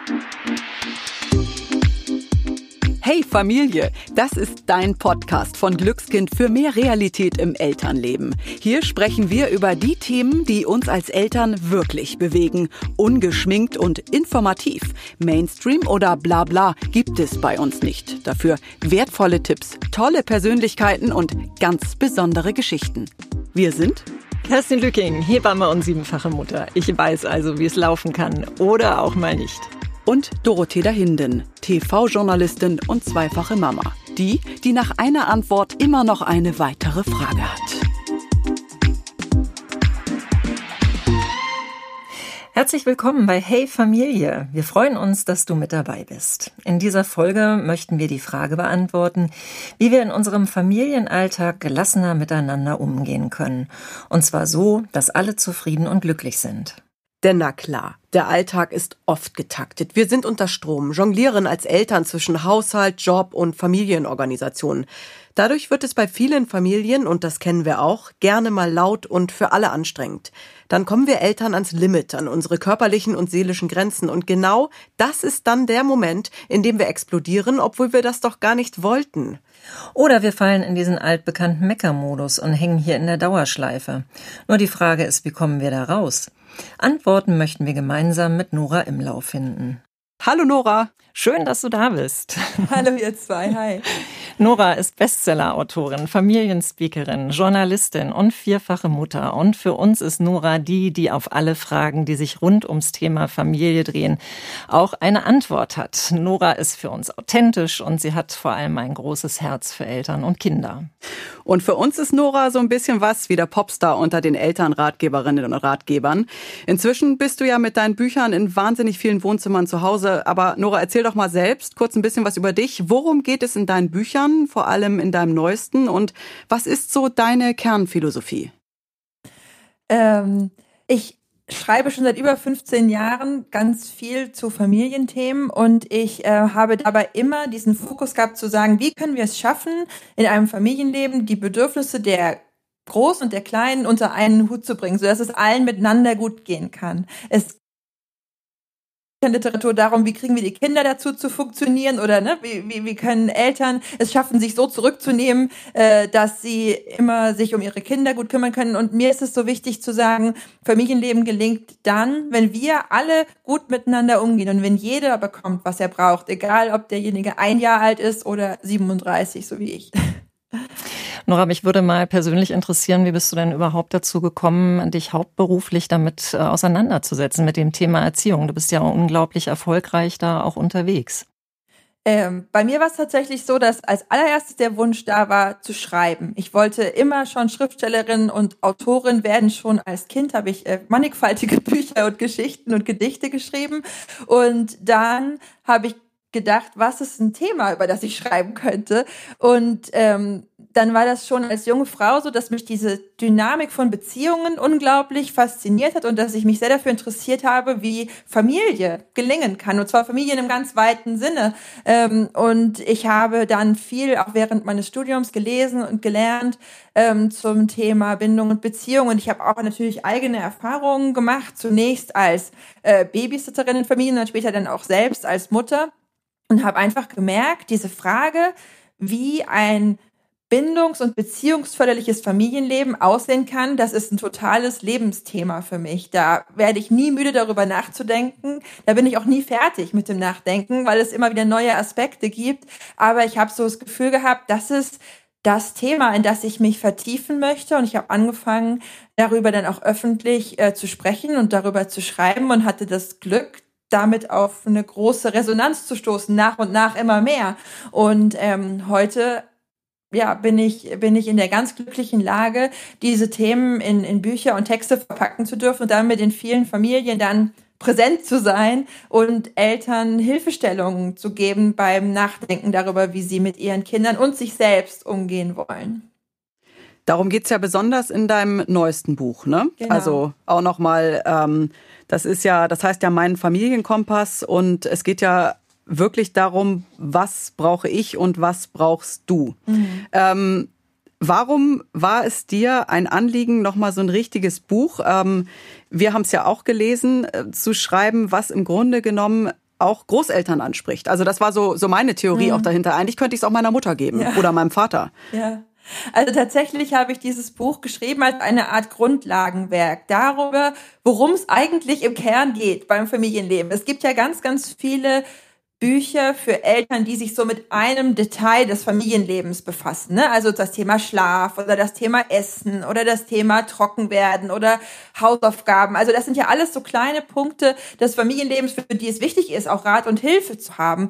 Hey Familie, das ist dein Podcast von Glückskind für mehr Realität im Elternleben. Hier sprechen wir über die Themen, die uns als Eltern wirklich bewegen. Ungeschminkt und informativ. Mainstream oder Blabla gibt es bei uns nicht. Dafür wertvolle Tipps, tolle Persönlichkeiten und ganz besondere Geschichten. Wir sind Kerstin Lücking, Hebamme und siebenfache Mutter. Ich weiß also, wie es laufen kann oder auch mal nicht. und Dorothea Hinden, TV-Journalistin und zweifache Mama. Die nach einer Antwort immer noch eine weitere Frage hat. Herzlich willkommen bei Hey Familie. Wir freuen uns, dass du mit dabei bist. In dieser Folge möchten wir die Frage beantworten, wie wir in unserem Familienalltag gelassener miteinander umgehen können. Und zwar so, dass alle zufrieden und glücklich sind. Denn na klar, der Alltag ist oft getaktet. Wir sind unter Strom, jonglieren als Eltern zwischen Haushalt, Job und Familienorganisationen. Dadurch wird es bei vielen Familien, und das kennen wir auch, gerne mal laut und für alle anstrengend. Dann kommen wir Eltern ans Limit, an unsere körperlichen und seelischen Grenzen. Und genau das ist dann der Moment, in dem wir explodieren, obwohl wir das doch gar nicht wollten. Oder wir fallen in diesen altbekannten Meckermodus und hängen hier in der Dauerschleife. Nur die Frage ist, wie kommen wir da raus? Antworten möchten wir gemeinsam mit Nora Imlau finden. Hallo Nora. Schön, dass du da bist. Hallo ihr zwei, hi. Nora ist Bestseller-Autorin, Familienspeakerin, Journalistin und vierfache Mutter. Und für uns ist Nora die auf alle Fragen, die sich rund ums Thema Familie drehen, auch eine Antwort hat. Nora ist für uns authentisch und sie hat vor allem ein großes Herz für Eltern und Kinder. Und für uns ist Nora so ein bisschen was wie der Popstar unter den Elternratgeberinnen und Ratgebern. Inzwischen bist du ja mit deinen Büchern in wahnsinnig vielen Wohnzimmern zu Hause. Aber Nora, erzähl doch mal selbst kurz ein bisschen was über dich. Worum geht es in deinen Büchern, vor allem in deinem neuesten? Und was ist so deine Kernphilosophie? Ich schreibe schon seit über 15 Jahren ganz viel zu Familienthemen und ich habe dabei immer diesen Fokus gehabt zu sagen, wie können wir es schaffen, in einem Familienleben die Bedürfnisse der Großen und der Kleinen unter einen Hut zu bringen, sodass es allen miteinander gut gehen kann. Es Literatur darum, wie kriegen wir die Kinder dazu zu funktionieren oder wie können Eltern es schaffen, sich so zurückzunehmen, dass sie immer sich um ihre Kinder gut kümmern können. Und mir ist es so wichtig zu sagen, Familienleben gelingt dann, wenn wir alle gut miteinander umgehen und wenn jeder bekommt, was er braucht, egal ob derjenige 1 Jahr alt ist oder 37, so wie ich. Nora, mich würde mal persönlich interessieren, wie bist du denn überhaupt dazu gekommen, dich hauptberuflich damit auseinanderzusetzen, mit dem Thema Erziehung? Du bist ja unglaublich erfolgreich da auch unterwegs. Bei mir war es tatsächlich so, dass als allererstes der Wunsch da war, zu schreiben. Ich wollte immer schon Schriftstellerin und Autorin werden. Schon als Kind habe ich mannigfaltige Bücher und Geschichten und Gedichte geschrieben. Und dann habe ich gedacht, was ist ein Thema, über das ich schreiben könnte? Und dann war das schon als junge Frau so, dass mich diese Dynamik von Beziehungen unglaublich fasziniert hat und dass ich mich sehr dafür interessiert habe, wie Familie gelingen kann. Und zwar Familie in einem ganz weiten Sinne. Und ich habe dann viel, auch während meines Studiums, gelesen und gelernt zum Thema Bindung und Beziehung. Und ich habe auch natürlich eigene Erfahrungen gemacht, zunächst als Babysitterin in Familien und später dann auch selbst als Mutter. Und habe einfach gemerkt, diese Frage, wie ein bindungs- und beziehungsförderliches Familienleben aussehen kann, das ist ein totales Lebensthema für mich. Da werde ich nie müde, darüber nachzudenken. Da bin ich auch nie fertig mit dem Nachdenken, weil es immer wieder neue Aspekte gibt. Aber ich habe so das Gefühl gehabt, das ist das Thema, in das ich mich vertiefen möchte. Und ich habe angefangen, darüber dann auch öffentlich zu sprechen und darüber zu schreiben und hatte das Glück, damit auf eine große Resonanz zu stoßen, nach und nach immer mehr. Und heute bin ich in der ganz glücklichen Lage, diese Themen in Bücher und Texte verpacken zu dürfen und damit in vielen Familien dann präsent zu sein und Eltern Hilfestellungen zu geben beim Nachdenken darüber, wie sie mit ihren Kindern und sich selbst umgehen wollen. Darum geht's ja besonders in deinem neuesten Buch, ne? Genau. Also auch nochmal, das heißt ja Mein Familienkompass und es geht ja wirklich darum, was brauche ich und was brauchst du? Mhm. Warum war es dir ein Anliegen, nochmal so ein richtiges Buch, wir haben es ja auch gelesen, zu schreiben, was im Grunde genommen auch Großeltern anspricht. Also das war so meine Theorie auch dahinter. Eigentlich könnte ich es auch meiner Mutter geben oder meinem Vater. Ja. Also tatsächlich habe ich dieses Buch geschrieben als eine Art Grundlagenwerk darüber, worum es eigentlich im Kern geht beim Familienleben. Es gibt ja ganz, ganz viele Bücher für Eltern, die sich so mit einem Detail des Familienlebens befassen, ne? Also das Thema Schlaf oder das Thema Essen oder das Thema Trockenwerden oder Hausaufgaben. Also das sind ja alles so kleine Punkte des Familienlebens, für die es wichtig ist, auch Rat und Hilfe zu haben.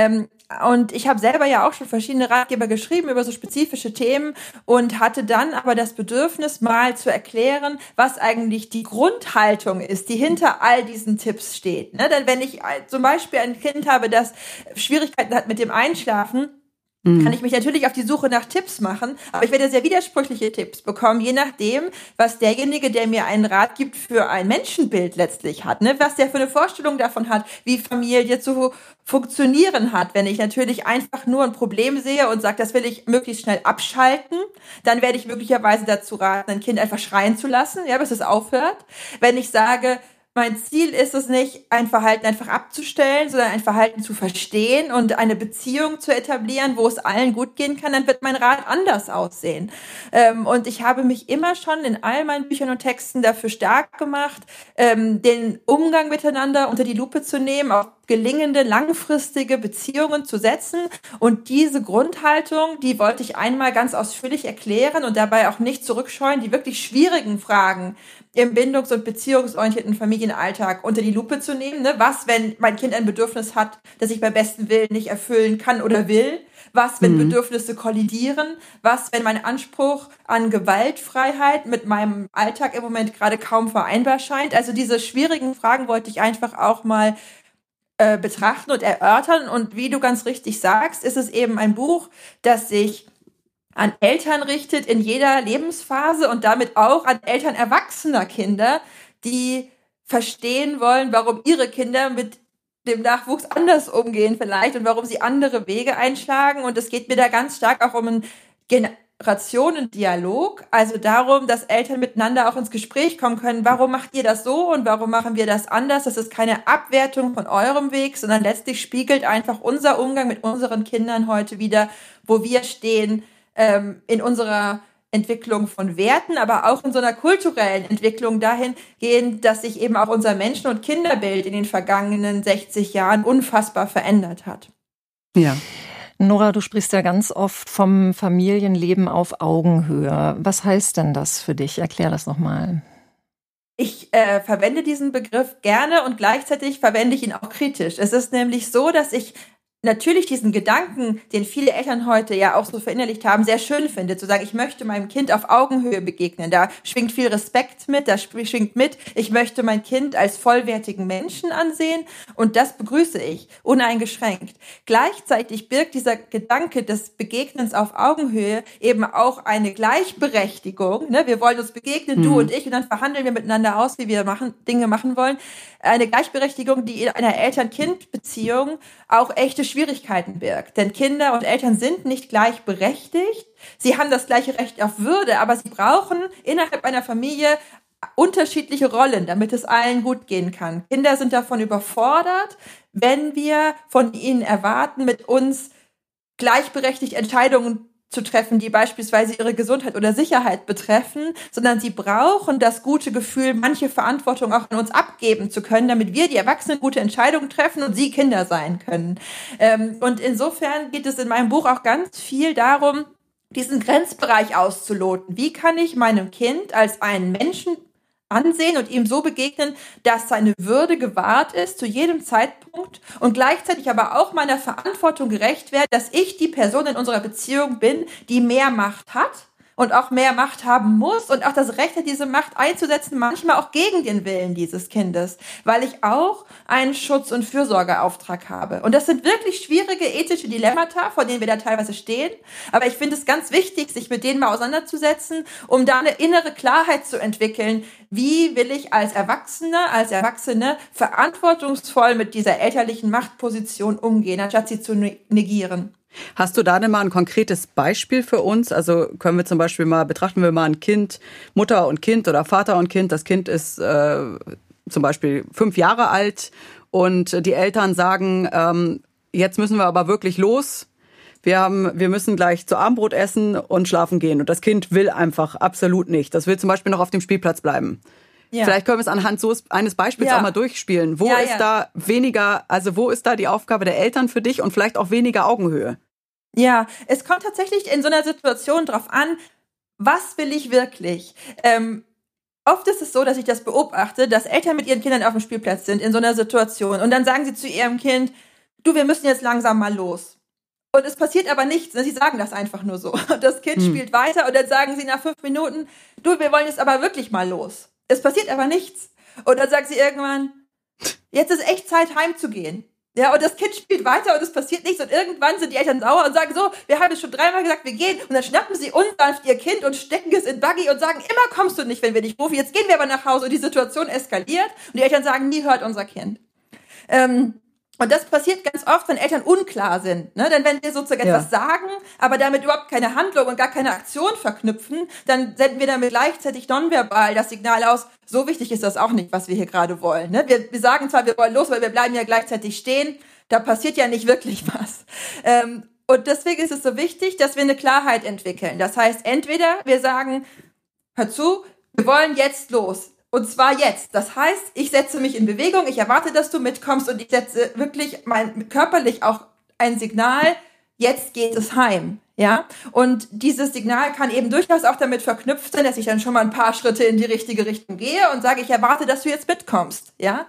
Und ich habe selber ja auch schon verschiedene Ratgeber geschrieben über so spezifische Themen und hatte dann aber das Bedürfnis, mal zu erklären, was eigentlich die Grundhaltung ist, die hinter all diesen Tipps steht. Ne? Denn wenn ich zum Beispiel ein Kind habe, das Schwierigkeiten hat mit dem Einschlafen, kann ich mich natürlich auf die Suche nach Tipps machen, aber ich werde sehr widersprüchliche Tipps bekommen, je nachdem, was derjenige, der mir einen Rat gibt, für ein Menschenbild letztlich hat, ne? Was der für eine Vorstellung davon hat, wie Familie zu funktionieren hat. Wenn ich natürlich einfach nur ein Problem sehe und sage, das will ich möglichst schnell abschalten, dann werde ich möglicherweise dazu raten, ein Kind einfach schreien zu lassen, ja, bis es aufhört. Wenn ich sage, mein Ziel ist es nicht, ein Verhalten einfach abzustellen, sondern ein Verhalten zu verstehen und eine Beziehung zu etablieren, wo es allen gut gehen kann, dann wird mein Rat anders aussehen. Und ich habe mich immer schon in all meinen Büchern und Texten dafür stark gemacht, den Umgang miteinander unter die Lupe zu nehmen, auf gelingende, langfristige Beziehungen zu setzen. Und diese Grundhaltung, die wollte ich einmal ganz ausführlich erklären und dabei auch nicht zurückscheuen, die wirklich schwierigen Fragen im bindungs- und beziehungsorientierten Familienalltag unter die Lupe zu nehmen. Ne? Was, wenn mein Kind ein Bedürfnis hat, das ich beim besten Willen nicht erfüllen kann oder will? Was, wenn Bedürfnisse kollidieren? Was, wenn mein Anspruch an Gewaltfreiheit mit meinem Alltag im Moment gerade kaum vereinbar scheint? Also diese schwierigen Fragen wollte ich einfach auch mal betrachten und erörtern. Und wie du ganz richtig sagst, ist es eben ein Buch, das sich an Eltern richtet in jeder Lebensphase und damit auch an Eltern erwachsener Kinder, die verstehen wollen, warum ihre Kinder mit dem Nachwuchs anders umgehen vielleicht und warum sie andere Wege einschlagen. Und es geht mir da ganz stark auch um einen Generationendialog, also darum, dass Eltern miteinander auch ins Gespräch kommen können. Warum macht ihr das so und warum machen wir das anders? Das ist keine Abwertung von eurem Weg, sondern letztlich spiegelt einfach unser Umgang mit unseren Kindern heute wieder, wo wir stehen, in unserer Entwicklung von Werten, aber auch in so einer kulturellen Entwicklung dahingehend, dass sich eben auch unser Menschen- und Kinderbild in den vergangenen 60 Jahren unfassbar verändert hat. Ja. Nora, du sprichst ja ganz oft vom Familienleben auf Augenhöhe. Was heißt denn das für dich? Erklär das nochmal. Ich verwende diesen Begriff gerne und gleichzeitig verwende ich ihn auch kritisch. Es ist nämlich so, dass ich natürlich diesen Gedanken, den viele Eltern heute ja auch so verinnerlicht haben, sehr schön finde, zu sagen, ich möchte meinem Kind auf Augenhöhe begegnen. Da schwingt viel Respekt mit, da schwingt mit, ich möchte mein Kind als vollwertigen Menschen ansehen und das begrüße ich, uneingeschränkt. Gleichzeitig birgt dieser Gedanke des Begegnens auf Augenhöhe eben auch eine Gleichberechtigung. Ne? Wir wollen uns begegnen, du und ich, und dann verhandeln wir miteinander aus, wie wir Dinge machen wollen. Eine Gleichberechtigung, die in einer Eltern-Kind-Beziehung auch echte Schwierigkeiten birgt. Denn Kinder und Eltern sind nicht gleichberechtigt. Sie haben das gleiche Recht auf Würde, aber sie brauchen innerhalb einer Familie unterschiedliche Rollen, damit es allen gut gehen kann. Kinder sind davon überfordert, wenn wir von ihnen erwarten, mit uns gleichberechtigt Entscheidungen zu treffen, die beispielsweise ihre Gesundheit oder Sicherheit betreffen, sondern sie brauchen das gute Gefühl, manche Verantwortung auch an uns abgeben zu können, damit wir, die Erwachsenen, gute Entscheidungen treffen und sie Kinder sein können. Und insofern geht es in meinem Buch auch ganz viel darum, diesen Grenzbereich auszuloten. Wie kann ich meinem Kind als einen Menschen ansehen und ihm so begegnen, dass seine Würde gewahrt ist zu jedem Zeitpunkt und gleichzeitig aber auch meiner Verantwortung gerecht werde, dass ich die Person in unserer Beziehung bin, die mehr Macht hat und auch mehr Macht haben muss und auch das Recht hat, diese Macht einzusetzen, manchmal auch gegen den Willen dieses Kindes, weil ich auch einen Schutz- und Fürsorgeauftrag habe. Und das sind wirklich schwierige ethische Dilemmata, vor denen wir da teilweise stehen. Aber ich finde es ganz wichtig, sich mit denen mal auseinanderzusetzen, um da eine innere Klarheit zu entwickeln. Wie will ich als Erwachsener, als Erwachsene verantwortungsvoll mit dieser elterlichen Machtposition umgehen, anstatt sie zu negieren? Hast du da denn mal ein konkretes Beispiel für uns? Also können wir zum Beispiel betrachten wir mal ein Kind, Mutter und Kind oder Vater und Kind. Das Kind ist zum Beispiel 5 Jahre alt und die Eltern sagen, jetzt müssen wir aber wirklich los. Wir müssen gleich zu Abendbrot essen und schlafen gehen. Und das Kind will einfach absolut nicht. Das will zum Beispiel noch auf dem Spielplatz bleiben. Ja. Vielleicht können wir es anhand so eines Beispiels auch mal durchspielen. Wo ist da weniger, also wo ist da die Aufgabe der Eltern für dich und vielleicht auch weniger Augenhöhe? Ja, es kommt tatsächlich in so einer Situation drauf an, was will ich wirklich? Oft ist es so, dass ich das beobachte, dass Eltern mit ihren Kindern auf dem Spielplatz sind in so einer Situation. Und dann sagen sie zu ihrem Kind, du, wir müssen jetzt langsam mal los. Und es passiert aber nichts, ne? Sie sagen das einfach nur so. Und das Kind spielt weiter und dann sagen sie nach 5 Minuten, du, wir wollen jetzt aber wirklich mal los. Es passiert aber nichts. Und dann sagen sie irgendwann, jetzt ist echt Zeit, heimzugehen. Ja, und das Kind spielt weiter und es passiert nichts. Und irgendwann sind die Eltern sauer und sagen so, wir haben es schon 3-mal gesagt, wir gehen. Und dann schnappen sie unsanft ihr Kind und stecken es in Buggy und sagen, immer kommst du nicht, wenn wir dich rufen. Jetzt gehen wir aber nach Hause. Und die Situation eskaliert. Und die Eltern sagen, nie hört unser Kind. Und das passiert ganz oft, wenn Eltern unklar sind. Ne? Denn wenn wir sozusagen etwas sagen, aber damit überhaupt keine Handlung und gar keine Aktion verknüpfen, dann senden wir damit gleichzeitig nonverbal das Signal aus, so wichtig ist das auch nicht, was wir hier gerade wollen. Ne? Wir sagen zwar, wir wollen los, weil wir bleiben ja gleichzeitig stehen, da passiert ja nicht wirklich was. Und deswegen ist es so wichtig, dass wir eine Klarheit entwickeln. Das heißt, entweder wir sagen, hör zu, wir wollen jetzt los. Und zwar jetzt. Das heißt, ich setze mich in Bewegung, ich erwarte, dass du mitkommst und ich setze wirklich körperlich auch ein Signal, jetzt geht es heim. Ja? Und dieses Signal kann eben durchaus auch damit verknüpft sein, dass ich dann schon mal ein paar Schritte in die richtige Richtung gehe und sage, ich erwarte, dass du jetzt mitkommst. Ja?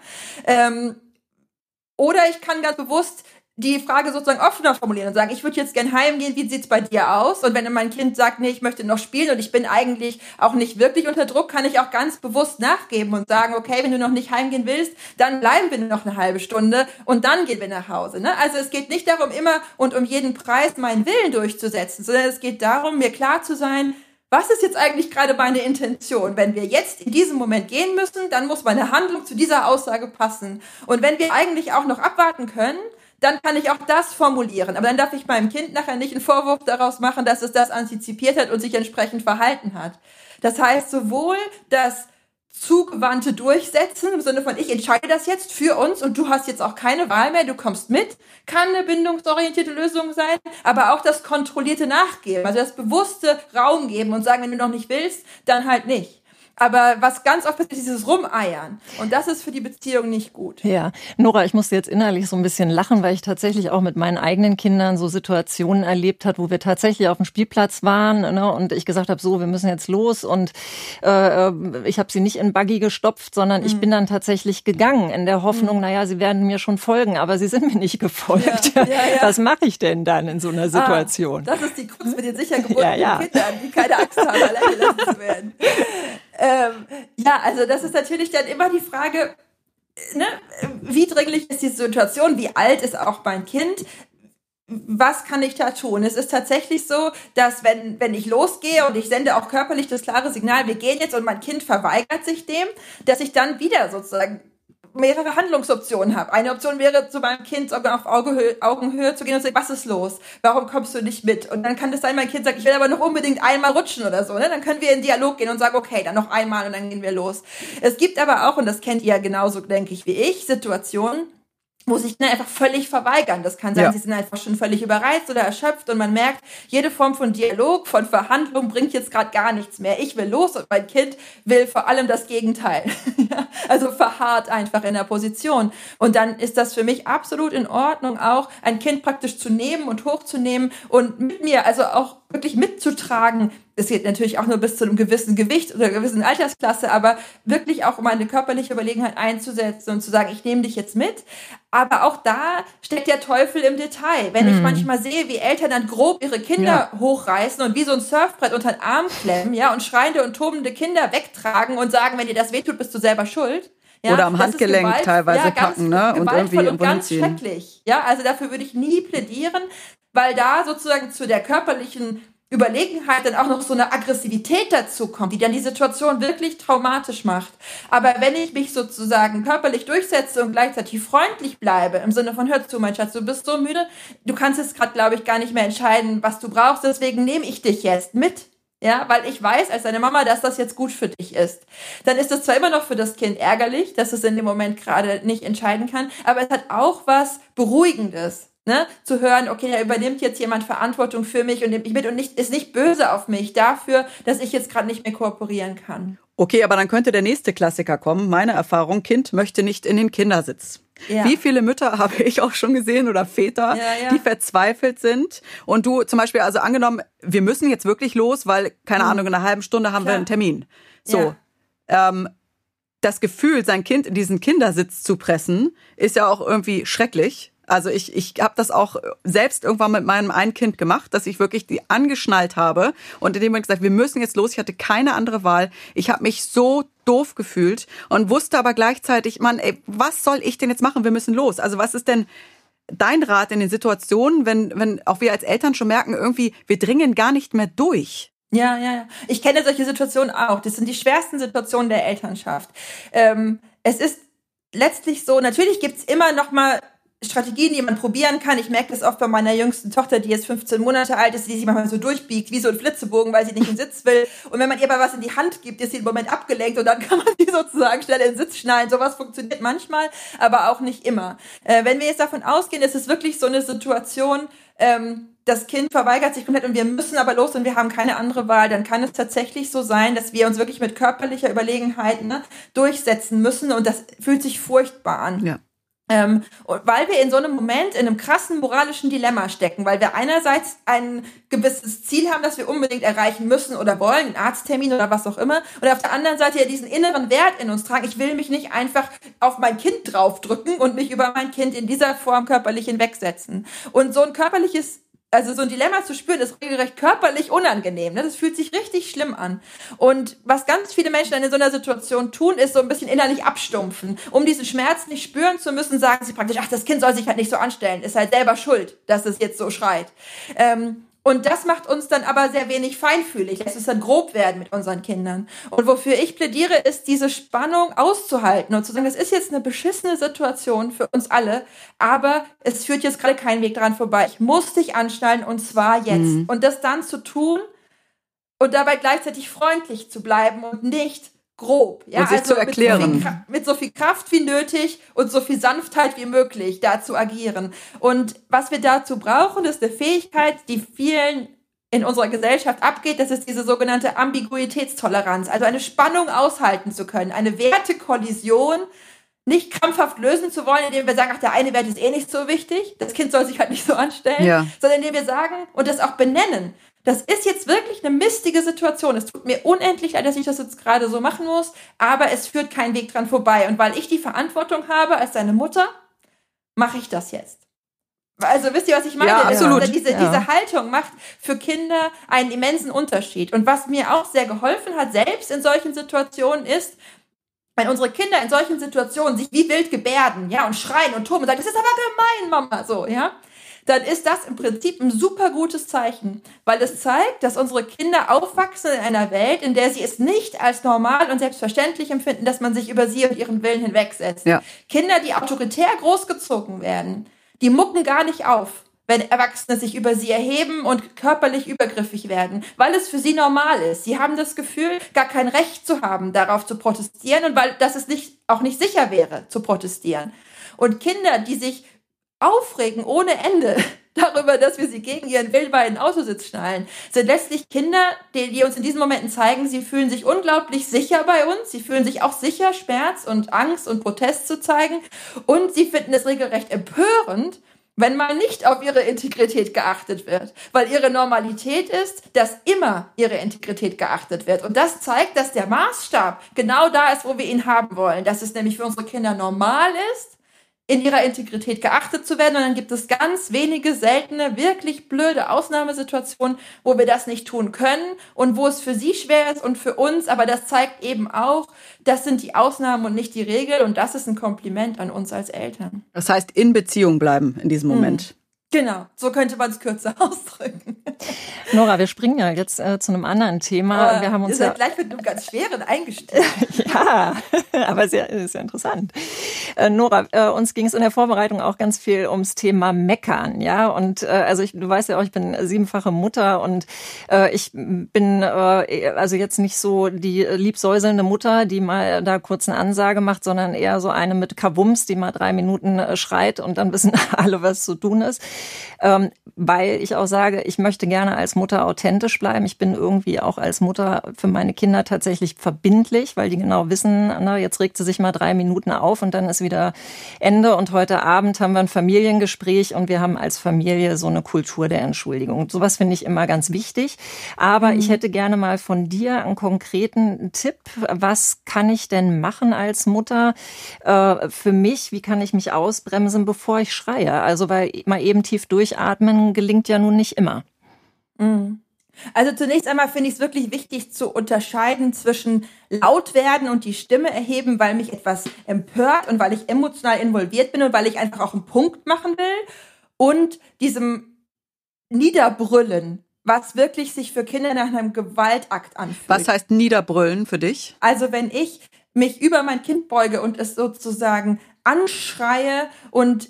Oder ich kann ganz bewusst die Frage sozusagen offener formulieren und sagen, ich würde jetzt gern heimgehen, wie sieht's bei dir aus? Und wenn mein Kind sagt, nee, ich möchte noch spielen und ich bin eigentlich auch nicht wirklich unter Druck, kann ich auch ganz bewusst nachgeben und sagen, okay, wenn du noch nicht heimgehen willst, dann bleiben wir noch eine halbe Stunde und dann gehen wir nach Hause. Ne? Also es geht nicht darum, immer und um jeden Preis meinen Willen durchzusetzen, sondern es geht darum, mir klar zu sein, was ist jetzt eigentlich gerade meine Intention? Wenn wir jetzt in diesem Moment gehen müssen, dann muss meine Handlung zu dieser Aussage passen. Und wenn wir eigentlich auch noch abwarten können, dann kann ich auch das formulieren. Aber dann darf ich meinem Kind nachher nicht einen Vorwurf daraus machen, dass es das antizipiert hat und sich entsprechend verhalten hat. Das heißt, sowohl das zugewandte Durchsetzen, im Sinne von, ich entscheide das jetzt für uns und du hast jetzt auch keine Wahl mehr, du kommst mit, kann eine bindungsorientierte Lösung sein, aber auch das kontrollierte Nachgeben, also das bewusste Raum geben und sagen, wenn du noch nicht willst, dann halt nicht. Aber was ganz oft passiert, ist dieses Rumeiern. Und das ist für die Beziehung nicht gut. Ja, Nora, ich musste jetzt innerlich so ein bisschen lachen, weil ich tatsächlich auch mit meinen eigenen Kindern so Situationen erlebt habe, wo wir tatsächlich auf dem Spielplatz waren, ne, und ich gesagt habe, so, wir müssen jetzt los. Und ich habe sie nicht in Buggy gestopft, sondern ich bin dann tatsächlich gegangen in der Hoffnung, naja, sie werden mir schon folgen, aber sie sind mir nicht gefolgt. Ja. Was mache ich denn dann in so einer Situation? Das ist die Krux mit den sicher gebundenen Kindern, die keine Angst haben, alleine gelassen zu werden. Also das ist natürlich dann immer die Frage, ne, wie dringlich ist die Situation, wie alt ist auch mein Kind, was kann ich da tun? Es ist tatsächlich so, dass wenn ich losgehe und ich sende auch körperlich das klare Signal, wir gehen jetzt und mein Kind verweigert sich dem, dass ich dann wieder sozusagen mehrere Handlungsoptionen habe. Eine Option wäre, zu meinem Kind sogar auf Augenhöhe zu gehen und zu sagen, was ist los? Warum kommst du nicht mit? Und dann kann das sein, mein Kind sagt, ich will aber noch unbedingt einmal rutschen oder so. Ne? Dann können wir in Dialog gehen und sagen, okay, dann noch einmal und dann gehen wir los. Es gibt aber auch, und das kennt ihr ja genauso, denke ich, wie ich, Situationen, wo sich dann einfach völlig verweigern. Das kann sein, sie sind einfach schon völlig überreizt oder erschöpft und man merkt, jede Form von Dialog, von Verhandlung bringt jetzt gerade gar nichts mehr. Ich will los und mein Kind will vor allem das Gegenteil. Also verharrt einfach in der Position. Und dann ist das für mich absolut in Ordnung, auch ein Kind praktisch zu nehmen und hochzunehmen und mit mir, also auch wirklich mitzutragen. Es geht natürlich auch nur bis zu einem gewissen Gewicht oder einer gewissen Altersklasse, aber wirklich auch um eine körperliche Überlegenheit einzusetzen und zu sagen, ich nehme dich jetzt mit. Aber auch da steckt der Teufel im Detail. Wenn ich manchmal sehe, wie Eltern dann grob ihre Kinder hochreißen und wie so ein Surfbrett unter den Arm klemmen, ja, und schreiende und tobende Kinder wegtragen und sagen, wenn dir das wehtut, bist du selber schuld. Ja, oder am Handgelenk teilweise packen, ne? Und irgendwie und ganz schrecklich. Ja, also dafür würde ich nie plädieren, weil da sozusagen zu der körperlichen Überlegenheit dann auch noch so eine Aggressivität dazu kommt, die dann die Situation wirklich traumatisch macht. Aber wenn ich mich sozusagen körperlich durchsetze und gleichzeitig freundlich bleibe, im Sinne von, hör zu, mein Schatz, du bist so müde, du kannst jetzt gerade, glaube ich, gar nicht mehr entscheiden, was du brauchst, deswegen nehme ich dich jetzt mit. ja, weil ich weiß als deine Mama, dass das jetzt gut für dich ist. Dann ist es zwar immer noch für das Kind ärgerlich, dass es in dem Moment gerade nicht entscheiden kann, aber es hat auch was Beruhigendes. Ne, zu hören, okay, da übernimmt jetzt jemand Verantwortung für mich und nimmt mich mit und ist nicht böse auf mich dafür, dass ich jetzt gerade nicht mehr kooperieren kann. Okay, aber dann könnte der nächste Klassiker kommen. Meine Erfahrung, Kind möchte nicht in den Kindersitz. Ja. Wie viele Mütter habe ich auch schon gesehen oder Väter, die verzweifelt sind und du zum Beispiel, also angenommen, wir müssen jetzt wirklich los, weil, keine Ahnung, in einer halben Stunde haben wir einen Termin. So, das Gefühl, sein Kind in diesen Kindersitz zu pressen, ist ja auch irgendwie schrecklich. Also ich habe das auch selbst irgendwann mit meinem einen Kind gemacht, dass ich wirklich die angeschnallt habe und in dem Moment gesagt, wir müssen jetzt los. Ich hatte keine andere Wahl. Ich habe mich so doof gefühlt und wusste aber gleichzeitig, Mann, ey, was soll ich denn jetzt machen? Wir müssen los. Also was ist denn dein Rat in den Situationen, wenn auch wir als Eltern schon merken, irgendwie, wir dringen gar nicht mehr durch? Ja. Ich kenne solche Situationen auch. Das sind die schwersten Situationen der Elternschaft. Es ist letztlich so, natürlich gibt's immer noch mal Strategien, die man probieren kann. Ich merke das oft bei meiner jüngsten Tochter, die jetzt 15 Monate alt ist, die sich manchmal so durchbiegt, wie so ein Flitzebogen, weil sie nicht in den Sitz will. Und wenn man ihr aber was in die Hand gibt, ist sie im Moment abgelenkt und dann kann man sie sozusagen schnell in den Sitz schnallen. Sowas funktioniert manchmal, aber auch nicht immer. Wenn wir jetzt davon ausgehen, ist es wirklich so eine Situation, das Kind verweigert sich komplett und wir müssen aber los und wir haben keine andere Wahl, dann kann es tatsächlich so sein, dass wir uns wirklich mit körperlicher Überlegenheit durchsetzen müssen und das fühlt sich furchtbar an. Ja. Weil wir in so einem Moment in einem krassen moralischen Dilemma stecken, weil wir einerseits ein gewisses Ziel haben, das wir unbedingt erreichen müssen oder wollen, einen Arzttermin oder was auch immer, und auf der anderen Seite ja diesen inneren Wert in uns tragen. Ich will mich nicht einfach auf mein Kind draufdrücken und mich über mein Kind in dieser Form körperlich hinwegsetzen. Und so ein körperliches Also so ein Dilemma zu spüren, ist regelrecht körperlich unangenehm. Ne? Das fühlt sich richtig schlimm an. Und was ganz viele Menschen in so einer Situation tun, ist so ein bisschen innerlich abstumpfen. Um diesen Schmerz nicht spüren zu müssen, sagen sie praktisch, ach, das Kind soll sich halt nicht so anstellen. Ist halt selber schuld, dass es jetzt so schreit. Und das macht uns dann aber sehr wenig feinfühlig. Lässt es dann grob werden mit unseren Kindern. Und wofür ich plädiere, ist diese Spannung auszuhalten und zu sagen, das ist jetzt eine beschissene Situation für uns alle, aber es führt jetzt gerade keinen Weg dran vorbei. Ich muss dich anschnallen und zwar jetzt. Mhm. Und das dann zu tun und dabei gleichzeitig freundlich zu bleiben und nicht grob. Ja, und sich also zu erklären. Mit so viel Kraft wie nötig und so viel Sanftheit wie möglich da zu agieren. Und was wir dazu brauchen, ist eine Fähigkeit, die vielen in unserer Gesellschaft abgeht. Das ist diese sogenannte Ambiguitätstoleranz. Also eine Spannung aushalten zu können, eine Wertekollision nicht krampfhaft lösen zu wollen, indem wir sagen, ach, der eine Wert ist eh nicht so wichtig, das Kind soll sich halt nicht so anstellen, sondern indem wir sagen und das auch benennen, das ist jetzt wirklich eine mistige Situation. Es tut mir unendlich leid, dass ich das jetzt gerade so machen muss, aber es führt keinen Weg dran vorbei. Und weil ich die Verantwortung habe als deine Mutter, mache ich das jetzt. Also wisst ihr, was ich meine? Ja, absolut. Diese Haltung macht für Kinder einen immensen Unterschied. Und was mir auch sehr geholfen hat, selbst in solchen Situationen, ist, wenn unsere Kinder in solchen Situationen sich wie wild gebärden, ja, und schreien und toben und sagen, das ist aber gemein, Mama, so, ja, dann ist das im Prinzip ein super gutes Zeichen, weil es zeigt, dass unsere Kinder aufwachsen in einer Welt, in der sie es nicht als normal und selbstverständlich empfinden, dass man sich über sie und ihren Willen hinwegsetzt. Ja. Kinder, die autoritär großgezogen werden, die mucken gar nicht auf, wenn Erwachsene sich über sie erheben und körperlich übergriffig werden, weil es für sie normal ist. Sie haben das Gefühl, gar kein Recht zu haben, darauf zu protestieren und weil das es auch nicht sicher wäre, zu protestieren. Und Kinder, die sich aufregen ohne Ende darüber, dass wir sie gegen ihren Willen bei den Autositz schnallen, sind letztlich Kinder, die uns in diesen Momenten zeigen, sie fühlen sich unglaublich sicher bei uns, sie fühlen sich auch sicher, Schmerz und Angst und Protest zu zeigen und sie finden es regelrecht empörend, wenn mal nicht auf ihre Integrität geachtet wird, weil ihre Normalität ist, dass immer ihre Integrität geachtet wird. Und das zeigt, dass der Maßstab genau da ist, wo wir ihn haben wollen, dass es nämlich für unsere Kinder normal ist, in ihrer Integrität geachtet zu werden. Und dann gibt es ganz wenige, seltene, wirklich blöde Ausnahmesituationen, wo wir das nicht tun können und wo es für sie schwer ist und für uns. Aber das zeigt eben auch, das sind die Ausnahmen und nicht die Regel. Und das ist ein Kompliment an uns als Eltern. Das heißt, in Beziehung bleiben in diesem Moment. Genau, so könnte man es kürzer ausdrücken. Nora, wir springen ja jetzt zu einem anderen Thema. Wir haben uns ihr seid gleich mit einem ganz schweren eingestiegen. Ja, aber ist ja interessant. Nora, uns ging es in der Vorbereitung auch ganz viel ums Thema Meckern, ja. Und also du weißt ja auch, ich bin 7-fache Mutter und ich bin also jetzt nicht so die liebsäuselnde Mutter, die mal da kurz eine Ansage macht, sondern eher so eine mit Kabums, die mal 3 Minuten schreit und dann wissen alle, was zu tun ist. Weil ich auch sage, ich möchte gerne als Mutter authentisch bleiben. Ich bin irgendwie auch als Mutter für meine Kinder tatsächlich verbindlich, weil die genau wissen, na, jetzt regt sie sich mal 3 Minuten auf und dann ist wieder Ende. Und heute Abend haben wir ein Familiengespräch und wir haben als Familie so eine Kultur der Entschuldigung. Sowas finde ich immer ganz wichtig. Aber ich hätte gerne mal von dir einen konkreten Tipp. Was kann ich denn machen als Mutter für mich? Wie kann ich mich ausbremsen, bevor ich schreie? Also weil mal eben tief durchatmen gelingt ja nun nicht immer. Also zunächst einmal finde ich es wirklich wichtig zu unterscheiden zwischen laut werden und die Stimme erheben, weil mich etwas empört und weil ich emotional involviert bin und weil ich einfach auch einen Punkt machen will, und diesem Niederbrüllen, was wirklich sich für Kinder nach einem Gewaltakt anfühlt. Was heißt Niederbrüllen für dich? Also wenn ich mich über mein Kind beuge und es sozusagen anschreie und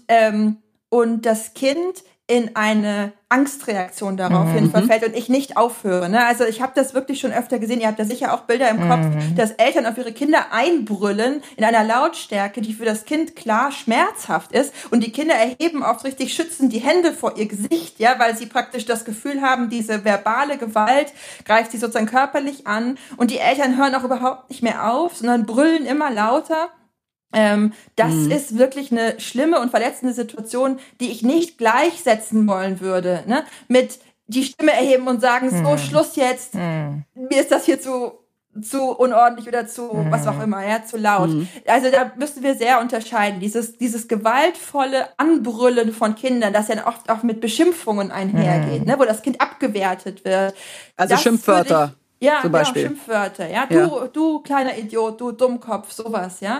das Kind in eine Angstreaktion daraufhin verfällt und ich nicht aufhöre. Ne? Also ich habe das wirklich schon öfter gesehen, ihr habt da sicher auch Bilder im Kopf, dass Eltern auf ihre Kinder einbrüllen in einer Lautstärke, die für das Kind klar schmerzhaft ist, und die Kinder erheben aufrichtig schützend die Hände vor ihr Gesicht, ja, weil sie praktisch das Gefühl haben, diese verbale Gewalt greift sie sozusagen körperlich an, und die Eltern hören auch überhaupt nicht mehr auf, sondern brüllen immer lauter. Das ist wirklich eine schlimme und verletzende Situation, die ich nicht gleichsetzen wollen würde, ne? Mit die Stimme erheben und sagen, so, Schluss jetzt, mir ist das hier zu unordentlich oder zu was auch immer, ja, zu laut. Also da müssen wir sehr unterscheiden. Dieses gewaltvolle Anbrüllen von Kindern, das ja oft auch mit Beschimpfungen einhergeht, ne? Wo das Kind abgewertet wird. Also Schimpfwörter. Ja, zum Beispiel. Genau, Schimpfwörter, ja. Ja. Du kleiner Idiot, du Dummkopf, sowas, ja.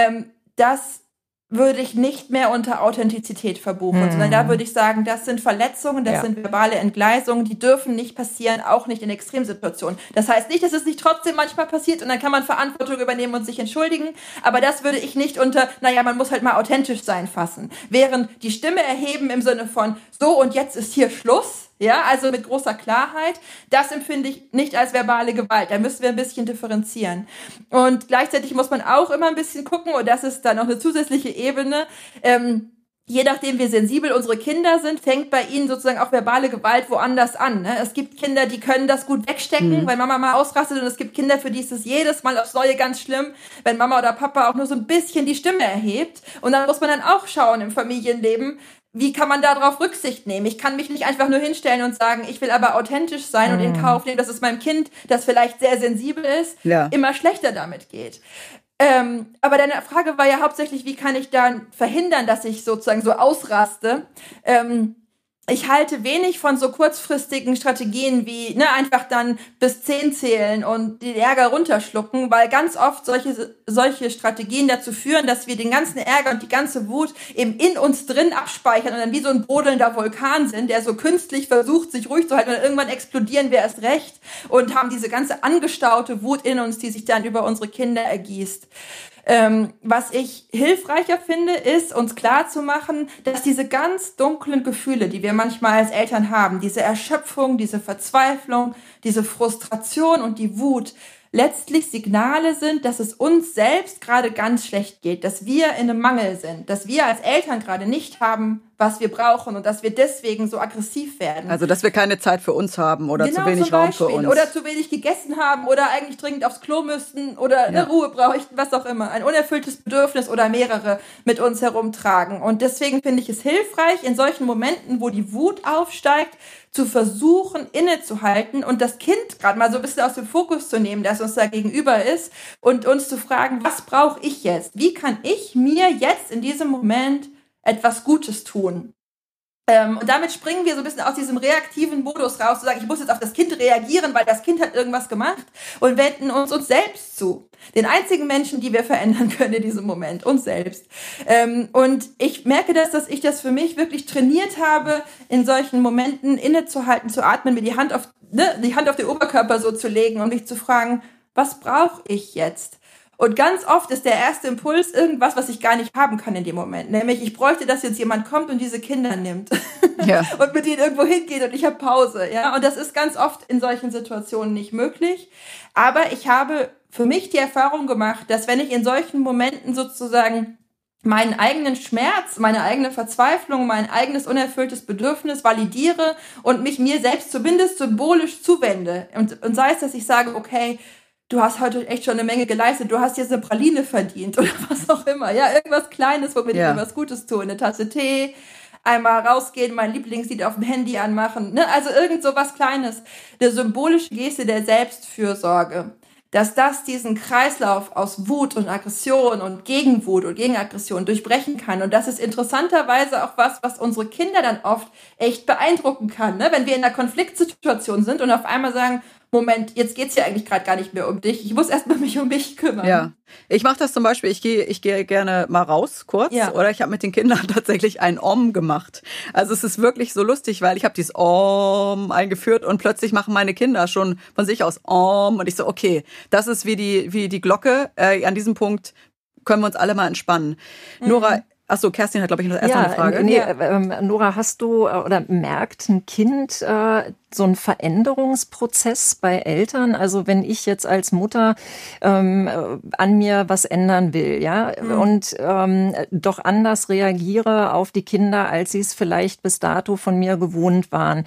Das würde ich nicht mehr unter Authentizität verbuchen, sondern da würde ich sagen, das sind Verletzungen, das sind verbale Entgleisungen, die dürfen nicht passieren, auch nicht in Extremsituationen. Das heißt nicht, dass es nicht trotzdem manchmal passiert und dann kann man Verantwortung übernehmen und sich entschuldigen, aber das würde ich nicht unter, man muss halt mal authentisch sein, fassen. Während die Stimme erheben im Sinne von, so und jetzt ist hier Schluss, ja, also mit großer Klarheit, das empfinde ich nicht als verbale Gewalt. Da müssen wir ein bisschen differenzieren. Und gleichzeitig muss man auch immer ein bisschen gucken, und das ist dann noch eine zusätzliche Ebene, je nachdem, wie sensibel unsere Kinder sind, fängt bei ihnen sozusagen auch verbale Gewalt woanders an. Ne? Es gibt Kinder, die können das gut wegstecken, weil Mama mal ausrastet, und es gibt Kinder, für die ist es jedes Mal aufs Neue ganz schlimm, wenn Mama oder Papa auch nur so ein bisschen die Stimme erhebt. Und dann muss man dann auch schauen im Familienleben, wie kann man darauf Rücksicht nehmen? Ich kann mich nicht einfach nur hinstellen und sagen, ich will aber authentisch sein und in Kauf nehmen, dass es meinem Kind, das vielleicht sehr sensibel ist, immer schlechter damit geht. Aber deine Frage war ja hauptsächlich, wie kann ich dann verhindern, dass ich sozusagen so ausraste? Ich halte wenig von so kurzfristigen Strategien wie einfach dann bis 10 zählen und den Ärger runterschlucken, weil ganz oft solche Strategien dazu führen, dass wir den ganzen Ärger und die ganze Wut eben in uns drin abspeichern und dann wie so ein brodelnder Vulkan sind, der so künstlich versucht, sich ruhig zu halten, und dann irgendwann explodieren wir erst recht und haben diese ganze angestaute Wut in uns, die sich dann über unsere Kinder ergießt. Was ich hilfreicher finde, ist, uns klarzumachen, dass diese ganz dunklen Gefühle, die wir manchmal als Eltern haben, diese Erschöpfung, diese Verzweiflung, diese Frustration und die Wut, letztlich Signale sind, dass es uns selbst gerade ganz schlecht geht, dass wir in einem Mangel sind, dass wir als Eltern gerade nicht haben, was wir brauchen, und dass wir deswegen so aggressiv werden. Also, dass wir keine Zeit für uns haben oder zu wenig Raum für uns. Oder zu wenig gegessen haben oder eigentlich dringend aufs Klo müssten oder eine Ruhe bräuchten, was auch immer. Ein unerfülltes Bedürfnis oder mehrere mit uns herumtragen. Und deswegen finde ich es hilfreich, in solchen Momenten, wo die Wut aufsteigt, zu versuchen, innezuhalten und das Kind gerade mal so ein bisschen aus dem Fokus zu nehmen, das uns da gegenüber ist, und uns zu fragen, was brauche ich jetzt? Wie kann ich mir jetzt in diesem Moment etwas Gutes tun? Und damit springen wir so ein bisschen aus diesem reaktiven Modus raus, zu sagen, ich muss jetzt auf das Kind reagieren, weil das Kind hat irgendwas gemacht, und wenden uns selbst zu. Den einzigen Menschen, die wir verändern können in diesem Moment, uns selbst. Und ich merke dass ich das für mich wirklich trainiert habe, in solchen Momenten innezuhalten, zu atmen, mir die Hand auf den Oberkörper so zu legen und mich zu fragen, was brauche ich jetzt? Und ganz oft ist der erste Impuls irgendwas, was ich gar nicht haben kann in dem Moment. Nämlich, ich bräuchte, dass jetzt jemand kommt und diese Kinder nimmt. Ja. Und mit ihnen irgendwo hingeht und ich habe Pause. Ja? Und das ist ganz oft in solchen Situationen nicht möglich. Aber ich habe für mich die Erfahrung gemacht, dass wenn ich in solchen Momenten sozusagen meinen eigenen Schmerz, meine eigene Verzweiflung, mein eigenes unerfülltes Bedürfnis validiere und mich mir selbst zumindest symbolisch zuwende. Und sei es, dass ich sage, okay, du hast heute echt schon eine Menge geleistet, du hast jetzt eine Praline verdient oder was auch immer. Ja, irgendwas Kleines, womit ich mir was Gutes tue. Eine Tasse Tee, einmal rausgehen, mein Lieblingslied auf dem Handy anmachen. Ne? Also irgend so was Kleines. Eine symbolische Geste der Selbstfürsorge. Dass das diesen Kreislauf aus Wut und Aggression und Gegenwut und Gegenaggression durchbrechen kann. Und das ist interessanterweise auch was unsere Kinder dann oft echt beeindrucken kann. Ne? Wenn wir in einer Konfliktsituation sind und auf einmal sagen, Moment, jetzt geht's ja eigentlich gerade gar nicht mehr um dich. Ich muss erstmal mich um mich kümmern. Ja, ich mache das zum Beispiel, ich gehe gerne mal raus kurz, oder ich habe mit den Kindern tatsächlich ein Om gemacht. Also es ist wirklich so lustig, weil ich habe dieses Om eingeführt und plötzlich machen meine Kinder schon von sich aus Om und ich so, okay, das ist wie die Glocke. An diesem Punkt können wir uns alle mal entspannen. Nora, achso, Kerstin hat, glaube ich, noch erst eine Frage. Nora, hast du oder merkt ein Kind so einen Veränderungsprozess bei Eltern? Also wenn ich jetzt als Mutter an mir was ändern will, und doch anders reagiere auf die Kinder, als sie es vielleicht bis dato von mir gewohnt waren.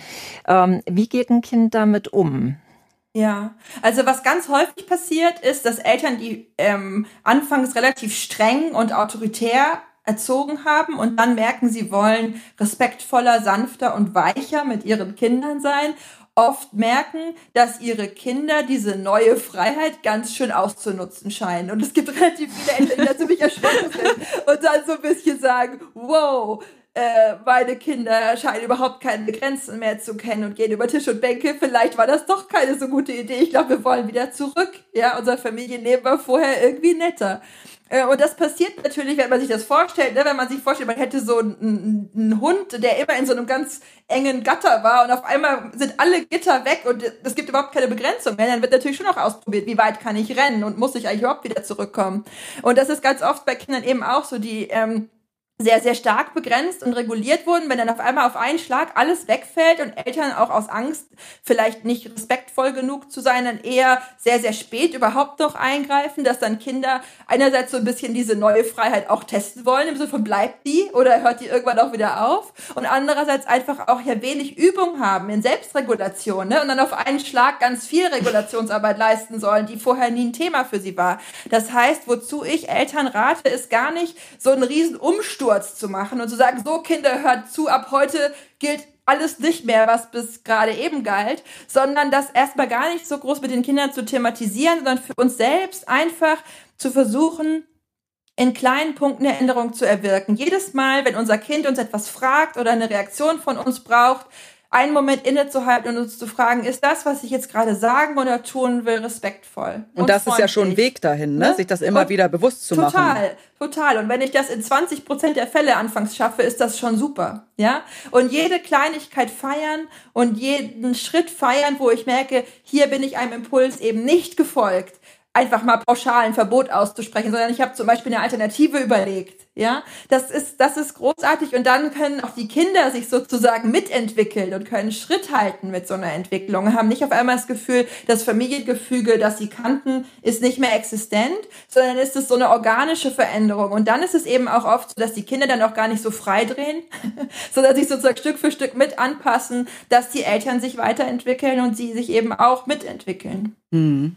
Wie geht ein Kind damit um? Ja, also was ganz häufig passiert ist, dass Eltern, die anfangs relativ streng und autoritär erzogen haben und dann merken, sie wollen respektvoller, sanfter und weicher mit ihren Kindern sein, oft merken, dass ihre Kinder diese neue Freiheit ganz schön auszunutzen scheinen. Und es gibt relativ viele Eltern, die da ziemlich erschrocken sind und dann so ein bisschen sagen, wow, meine Kinder scheinen überhaupt keine Grenzen mehr zu kennen und gehen über Tisch und Bänke. Vielleicht war das doch keine so gute Idee. Ich glaube, wir wollen wieder zurück. Ja, unser Familienleben war vorher irgendwie netter. Und das passiert natürlich, wenn man sich das vorstellt, ne? Wenn man sich vorstellt, man hätte so einen Hund, der immer in so einem ganz engen Gatter war und auf einmal sind alle Gitter weg und es gibt überhaupt keine Begrenzung mehr, dann wird natürlich schon auch ausprobiert, wie weit kann ich rennen und muss ich eigentlich überhaupt wieder zurückkommen. Und das ist ganz oft bei Kindern eben auch so, die sehr, sehr stark begrenzt und reguliert wurden, wenn dann auf einmal auf einen Schlag alles wegfällt und Eltern auch aus Angst, vielleicht nicht respektvoll genug zu sein, dann eher sehr, sehr spät überhaupt noch eingreifen, dass dann Kinder einerseits so ein bisschen diese neue Freiheit auch testen wollen, im Sinne von bleibt die oder hört die irgendwann auch wieder auf, und andererseits einfach auch wenig Übung haben in Selbstregulation, ne? Und dann auf einen Schlag ganz viel Regulationsarbeit leisten sollen, die vorher nie ein Thema für sie war. Das heißt, wozu ich Eltern rate, ist gar nicht so einen riesen Umsturz zu machen und zu sagen, so Kinder, hört zu, ab heute gilt alles nicht mehr, was bis gerade eben galt, sondern das erstmal gar nicht so groß mit den Kindern zu thematisieren, sondern für uns selbst einfach zu versuchen, in kleinen Punkten eine Änderung zu erwirken. Jedes Mal, wenn unser Kind uns etwas fragt oder eine Reaktion von uns braucht, einen Moment innezuhalten und uns zu fragen, ist das, was ich jetzt gerade sagen oder tun will, respektvoll? Und das ist ja schon ein Weg dahin, ne? Sich das immer wieder bewusst zu machen. Total. Und wenn ich das in 20% der Fälle anfangs schaffe, ist das schon super, ja? Und jede Kleinigkeit feiern und jeden Schritt feiern, wo ich merke, hier bin ich einem Impuls eben nicht gefolgt, einfach mal pauschal ein Verbot auszusprechen, sondern ich habe zum Beispiel eine Alternative überlegt. Ja, das ist großartig, und dann können auch die Kinder sich sozusagen mitentwickeln und können Schritt halten mit so einer Entwicklung, haben nicht auf einmal das Gefühl, das Familiengefüge, das sie kannten, ist nicht mehr existent, sondern ist es so eine organische Veränderung. Und dann ist es eben auch oft so, dass die Kinder dann auch gar nicht so frei drehen, sondern sich sozusagen Stück für Stück mit anpassen, dass die Eltern sich weiterentwickeln und sie sich eben auch mitentwickeln. Mhm.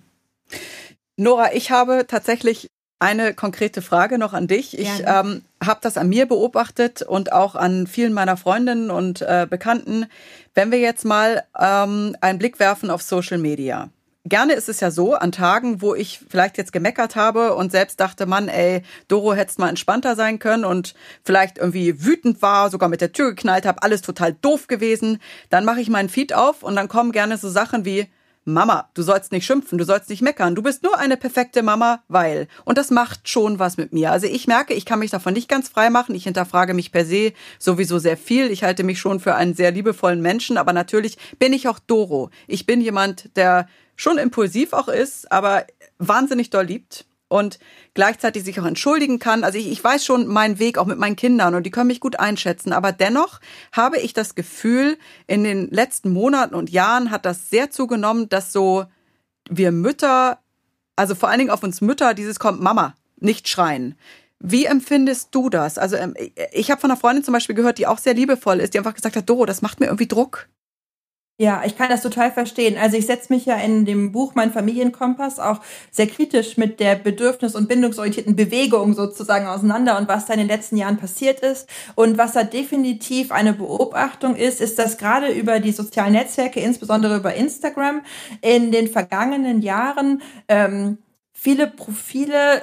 Nora, ich habe tatsächlich eine konkrete Frage noch an dich. Ich habe das an mir beobachtet und auch an vielen meiner Freundinnen und Bekannten. Wenn wir jetzt mal einen Blick werfen auf Social Media. gerne ist es ja so, an Tagen, wo ich vielleicht jetzt gemeckert habe und selbst dachte, Mann, ey, Doro, hättest mal entspannter sein können und vielleicht irgendwie wütend war, sogar mit der Tür geknallt habe, alles total doof gewesen, dann mache ich meinen Feed auf und dann kommen gerne so Sachen wie, Mama, du sollst nicht schimpfen, du sollst nicht meckern, du bist nur eine perfekte Mama, weil. Und das macht schon was mit mir. Also ich merke, ich kann mich davon nicht ganz frei machen. Ich hinterfrage mich per se sowieso sehr viel. Ich halte mich schon für einen sehr liebevollen Menschen, aber natürlich bin ich auch Doro. Ich bin jemand, der schon impulsiv auch ist, aber wahnsinnig doll liebt und gleichzeitig sich auch entschuldigen kann. Also ich weiß schon meinen Weg auch mit meinen Kindern und die können mich gut einschätzen. Aber dennoch habe ich das Gefühl, in den letzten Monaten und Jahren hat das sehr zugenommen, dass so wir Mütter, also vor allen Dingen auf uns Mütter, dieses kommt Mama, nicht schreien. Wie empfindest du das? Also ich habe von einer Freundin zum Beispiel gehört, die auch sehr liebevoll ist, die einfach gesagt hat, Doro, das macht mir irgendwie Druck. Ja, ich kann das total verstehen. Also ich setze mich ja in dem Buch Mein Familienkompass auch sehr kritisch mit der bedürfnis- und bindungsorientierten Bewegung sozusagen auseinander und was da in den letzten Jahren passiert ist. Und was da definitiv eine Beobachtung ist, dass gerade über die sozialen Netzwerke, insbesondere über Instagram, in den vergangenen Jahren viele Profile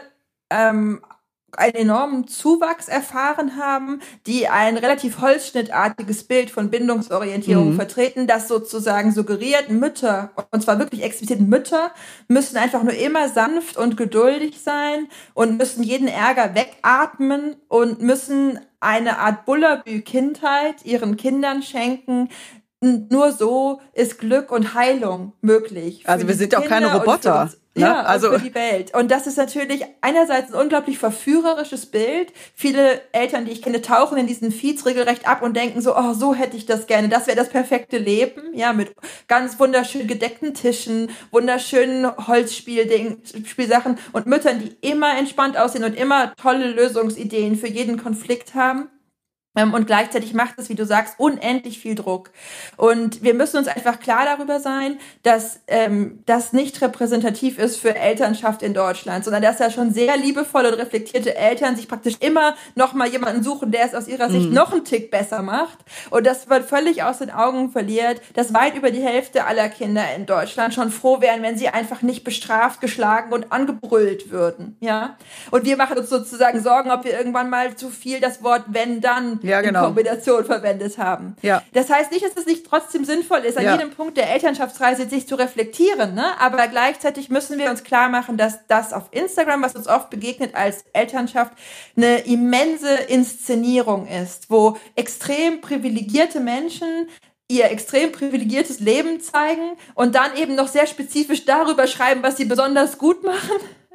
einen enormen Zuwachs erfahren haben, die ein relativ holzschnittartiges Bild von Bindungsorientierung vertreten, das sozusagen suggeriert, Mütter, und zwar wirklich explizit Mütter, müssen einfach nur immer sanft und geduldig sein und müssen jeden Ärger wegatmen und müssen eine Art Bullabü-Kindheit ihren Kindern schenken. Nur so ist Glück und Heilung möglich. Also wir sind ja auch keine Roboter. Ja, also für die Welt. Und das ist natürlich einerseits ein unglaublich verführerisches Bild. Viele Eltern, die ich kenne, tauchen in diesen Feeds regelrecht ab und denken so, oh, so hätte ich das gerne. Das wäre das perfekte Leben. Ja, mit ganz wunderschön gedeckten Tischen, wunderschönen Holzspielsachen und Müttern, die immer entspannt aussehen und immer tolle Lösungsideen für jeden Konflikt haben. Und gleichzeitig macht es, wie du sagst, unendlich viel Druck. Und wir müssen uns einfach klar darüber sein, dass das nicht repräsentativ ist für Elternschaft in Deutschland, sondern dass ja schon sehr liebevolle und reflektierte Eltern sich praktisch immer noch mal jemanden suchen, der es aus ihrer Sicht noch einen Tick besser macht. Und das wird völlig aus den Augen verliert, dass weit über die Hälfte aller Kinder in Deutschland schon froh wären, wenn sie einfach nicht bestraft, geschlagen und angebrüllt würden. Ja. Und wir machen uns sozusagen Sorgen, ob wir irgendwann mal zu viel das Wort wenn dann in Kombination verwendet haben. Ja. Das heißt nicht, dass es nicht trotzdem sinnvoll ist, an jedem Punkt der Elternschaftsreise sich zu reflektieren, ne? Aber gleichzeitig müssen wir uns klar machen, dass das auf Instagram, was uns oft begegnet als Elternschaft, eine immense Inszenierung ist, wo extrem privilegierte Menschen ihr extrem privilegiertes Leben zeigen und dann eben noch sehr spezifisch darüber schreiben, was sie besonders gut machen.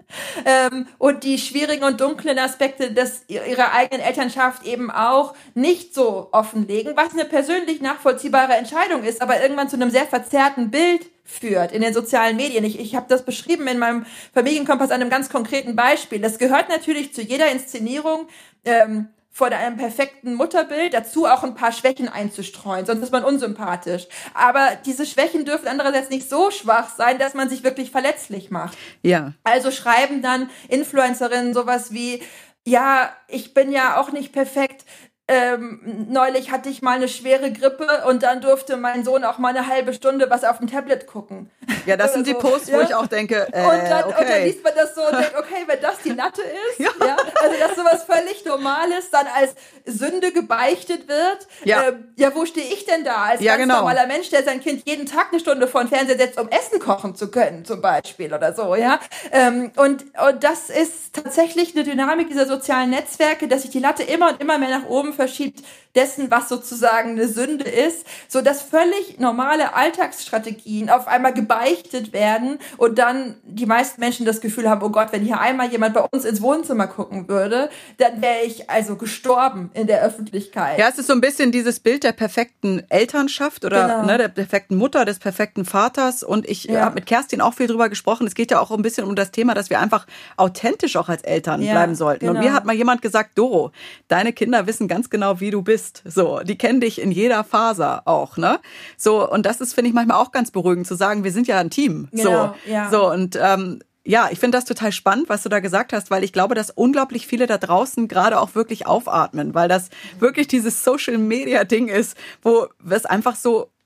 Und die schwierigen und dunklen Aspekte ihrer eigenen Elternschaft eben auch nicht so offenlegen, was eine persönlich nachvollziehbare Entscheidung ist, aber irgendwann zu einem sehr verzerrten Bild führt in den sozialen Medien. Ich habe das beschrieben in meinem Familienkompass an einem ganz konkreten Beispiel. Das gehört natürlich zu jeder Inszenierung vor einem perfekten Mutterbild dazu auch ein paar Schwächen einzustreuen, sonst ist man unsympathisch. Aber diese Schwächen dürfen andererseits nicht so schwach sein, dass man sich wirklich verletzlich macht. Ja. Also schreiben dann Influencerinnen sowas wie, ja, ich bin ja auch nicht perfekt, neulich hatte ich mal eine schwere Grippe und dann durfte mein Sohn auch mal eine halbe Stunde was auf dem Tablet gucken. Ja, das sind so die Posts, wo ich auch denke, und dann liest man das so und denkt, okay, wenn das die Latte ist, also dass sowas völlig Normales dann als Sünde gebeichtet wird, wo stehe ich denn da als ganz normaler Mensch, der sein Kind jeden Tag eine Stunde vor den Fernseher setzt, um Essen kochen zu können, zum Beispiel oder so, ja. Und das ist tatsächlich eine Dynamik dieser sozialen Netzwerke, dass sich die Latte immer und immer mehr nach oben verschiebt dessen, was sozusagen eine Sünde ist, so dass völlig normale Alltagsstrategien auf einmal gebeichtet werden und dann die meisten Menschen das Gefühl haben, oh Gott, wenn hier einmal jemand bei uns ins Wohnzimmer gucken würde, dann wäre ich also gestorben in der Öffentlichkeit. Ja, es ist so ein bisschen dieses Bild der perfekten Elternschaft oder der perfekten Mutter, des perfekten Vaters und ich habe mit Kerstin auch viel drüber gesprochen. Es geht ja auch ein bisschen um das Thema, dass wir einfach authentisch auch als Eltern bleiben sollten. Und mir hat mal jemand gesagt, Doro, deine Kinder wissen ganz genau, wie du bist. So, die kennen dich in jeder Faser auch, ne? So, und das ist, finde ich, manchmal auch ganz beruhigend zu sagen, wir sind ja ein Team. So, und ich finde das total spannend, was du da gesagt hast, weil ich glaube, dass unglaublich viele da draußen gerade auch wirklich aufatmen, weil das wirklich dieses Social-Media-Ding ist, wo es einfach so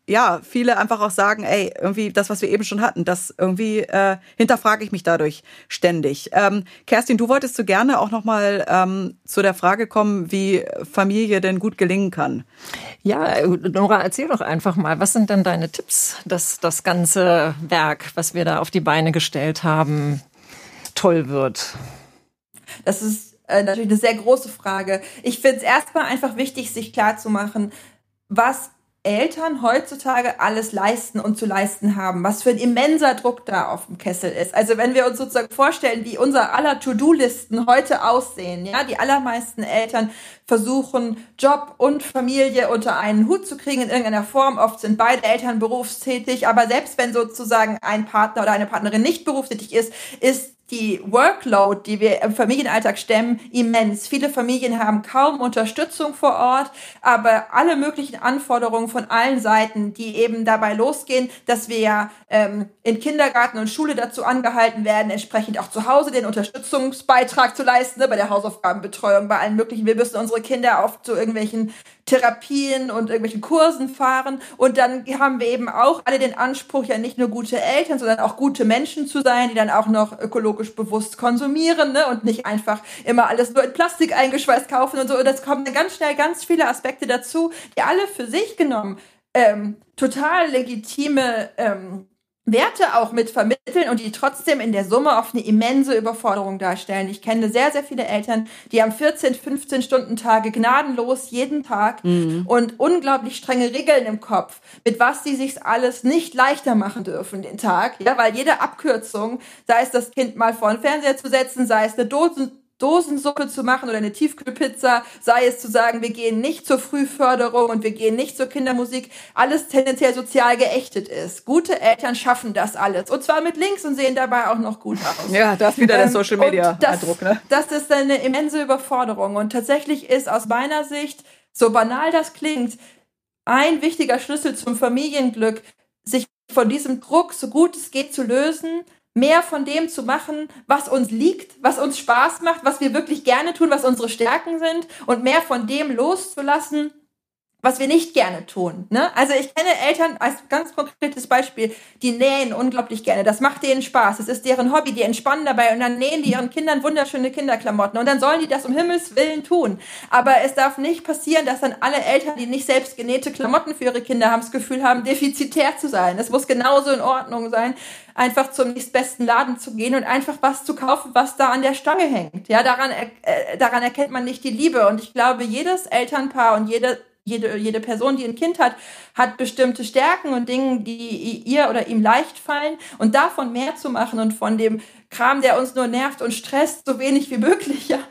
ja, viele einfach auch sagen, ey, irgendwie das, was wir eben schon hatten, das irgendwie hinterfrage ich mich dadurch ständig. Kerstin, du wolltest so gerne auch nochmal zu der Frage kommen, wie Familie denn gut gelingen kann. Ja, Nora, erzähl doch einfach mal, was sind denn deine Tipps, dass das ganze Werk, was wir da auf die Beine gestellt haben, toll wird? Das ist natürlich eine sehr große Frage. Ich finde es erstmal einfach wichtig, sich klarzumachen, was Eltern heutzutage alles leisten und zu leisten haben, was für ein immenser Druck da auf dem Kessel ist. Also wenn wir uns sozusagen vorstellen, wie unser aller To-Do-Listen heute aussehen, ja, die allermeisten Eltern versuchen, Job und Familie unter einen Hut zu kriegen in irgendeiner Form. Oft sind beide Eltern berufstätig, aber selbst wenn sozusagen ein Partner oder eine Partnerin nicht berufstätig ist die Workload, die wir im Familienalltag stemmen, immens. Viele Familien haben kaum Unterstützung vor Ort, aber alle möglichen Anforderungen von allen Seiten, die eben dabei losgehen, dass wir ja in Kindergarten und Schule dazu angehalten werden, entsprechend auch zu Hause den Unterstützungsbeitrag zu leisten, ne, bei der Hausaufgabenbetreuung, bei allen möglichen. Wir müssen unsere Kinder oft zu irgendwelchen Therapien und irgendwelchen Kursen fahren. Und dann haben wir eben auch alle den Anspruch, ja nicht nur gute Eltern, sondern auch gute Menschen zu sein, die dann auch noch ökologisch bewusst konsumieren, ne, und nicht einfach immer alles nur in Plastik eingeschweißt kaufen und so. Und das kommen dann ganz schnell ganz viele Aspekte dazu, die alle für sich genommen total legitime Werte auch mit vermitteln und die trotzdem in der Summe oft eine immense Überforderung darstellen. Ich kenne sehr, sehr viele Eltern, die haben 14, 15-Stunden-Tage gnadenlos jeden Tag und unglaublich strenge Regeln im Kopf, mit was sie sich alles nicht leichter machen dürfen den Tag, ja, weil jede Abkürzung, sei es das Kind mal vor den Fernseher zu setzen, sei es eine Dosensuppe zu machen oder eine Tiefkühlpizza, sei es zu sagen, wir gehen nicht zur Frühförderung und wir gehen nicht zur Kindermusik, alles tendenziell sozial geächtet ist. Gute Eltern schaffen das alles. Und zwar mit links und sehen dabei auch noch gut aus. Ja, das ist wieder der Social-Media-Eindruck, ne? Das ist eine immense Überforderung. Und tatsächlich ist aus meiner Sicht, so banal das klingt, ein wichtiger Schlüssel zum Familienglück, sich von diesem Druck so gut es geht zu lösen, mehr von dem zu machen, was uns liegt, was uns Spaß macht, was wir wirklich gerne tun, was unsere Stärken sind und mehr von dem loszulassen, was wir nicht gerne tun. Ne? Also ich kenne Eltern als ganz konkretes Beispiel, die nähen unglaublich gerne. Das macht denen Spaß. Das ist deren Hobby. Die entspannen dabei und dann nähen die ihren Kindern wunderschöne Kinderklamotten und dann sollen die das um Himmels Willen tun. Aber es darf nicht passieren, dass dann alle Eltern, die nicht selbst genähte Klamotten für ihre Kinder haben, das Gefühl haben, defizitär zu sein. Es muss genauso in Ordnung sein, einfach zum nächstbesten Laden zu gehen und einfach was zu kaufen, was da an der Stange hängt. Ja, daran erkennt man nicht die Liebe. Und ich glaube, jedes Elternpaar und jede Person, die ein Kind hat, hat bestimmte Stärken und Dinge, die ihr oder ihm leicht fallen. Und davon mehr zu machen und von dem Kram, der uns nur nervt und stresst, so wenig wie möglich, ja,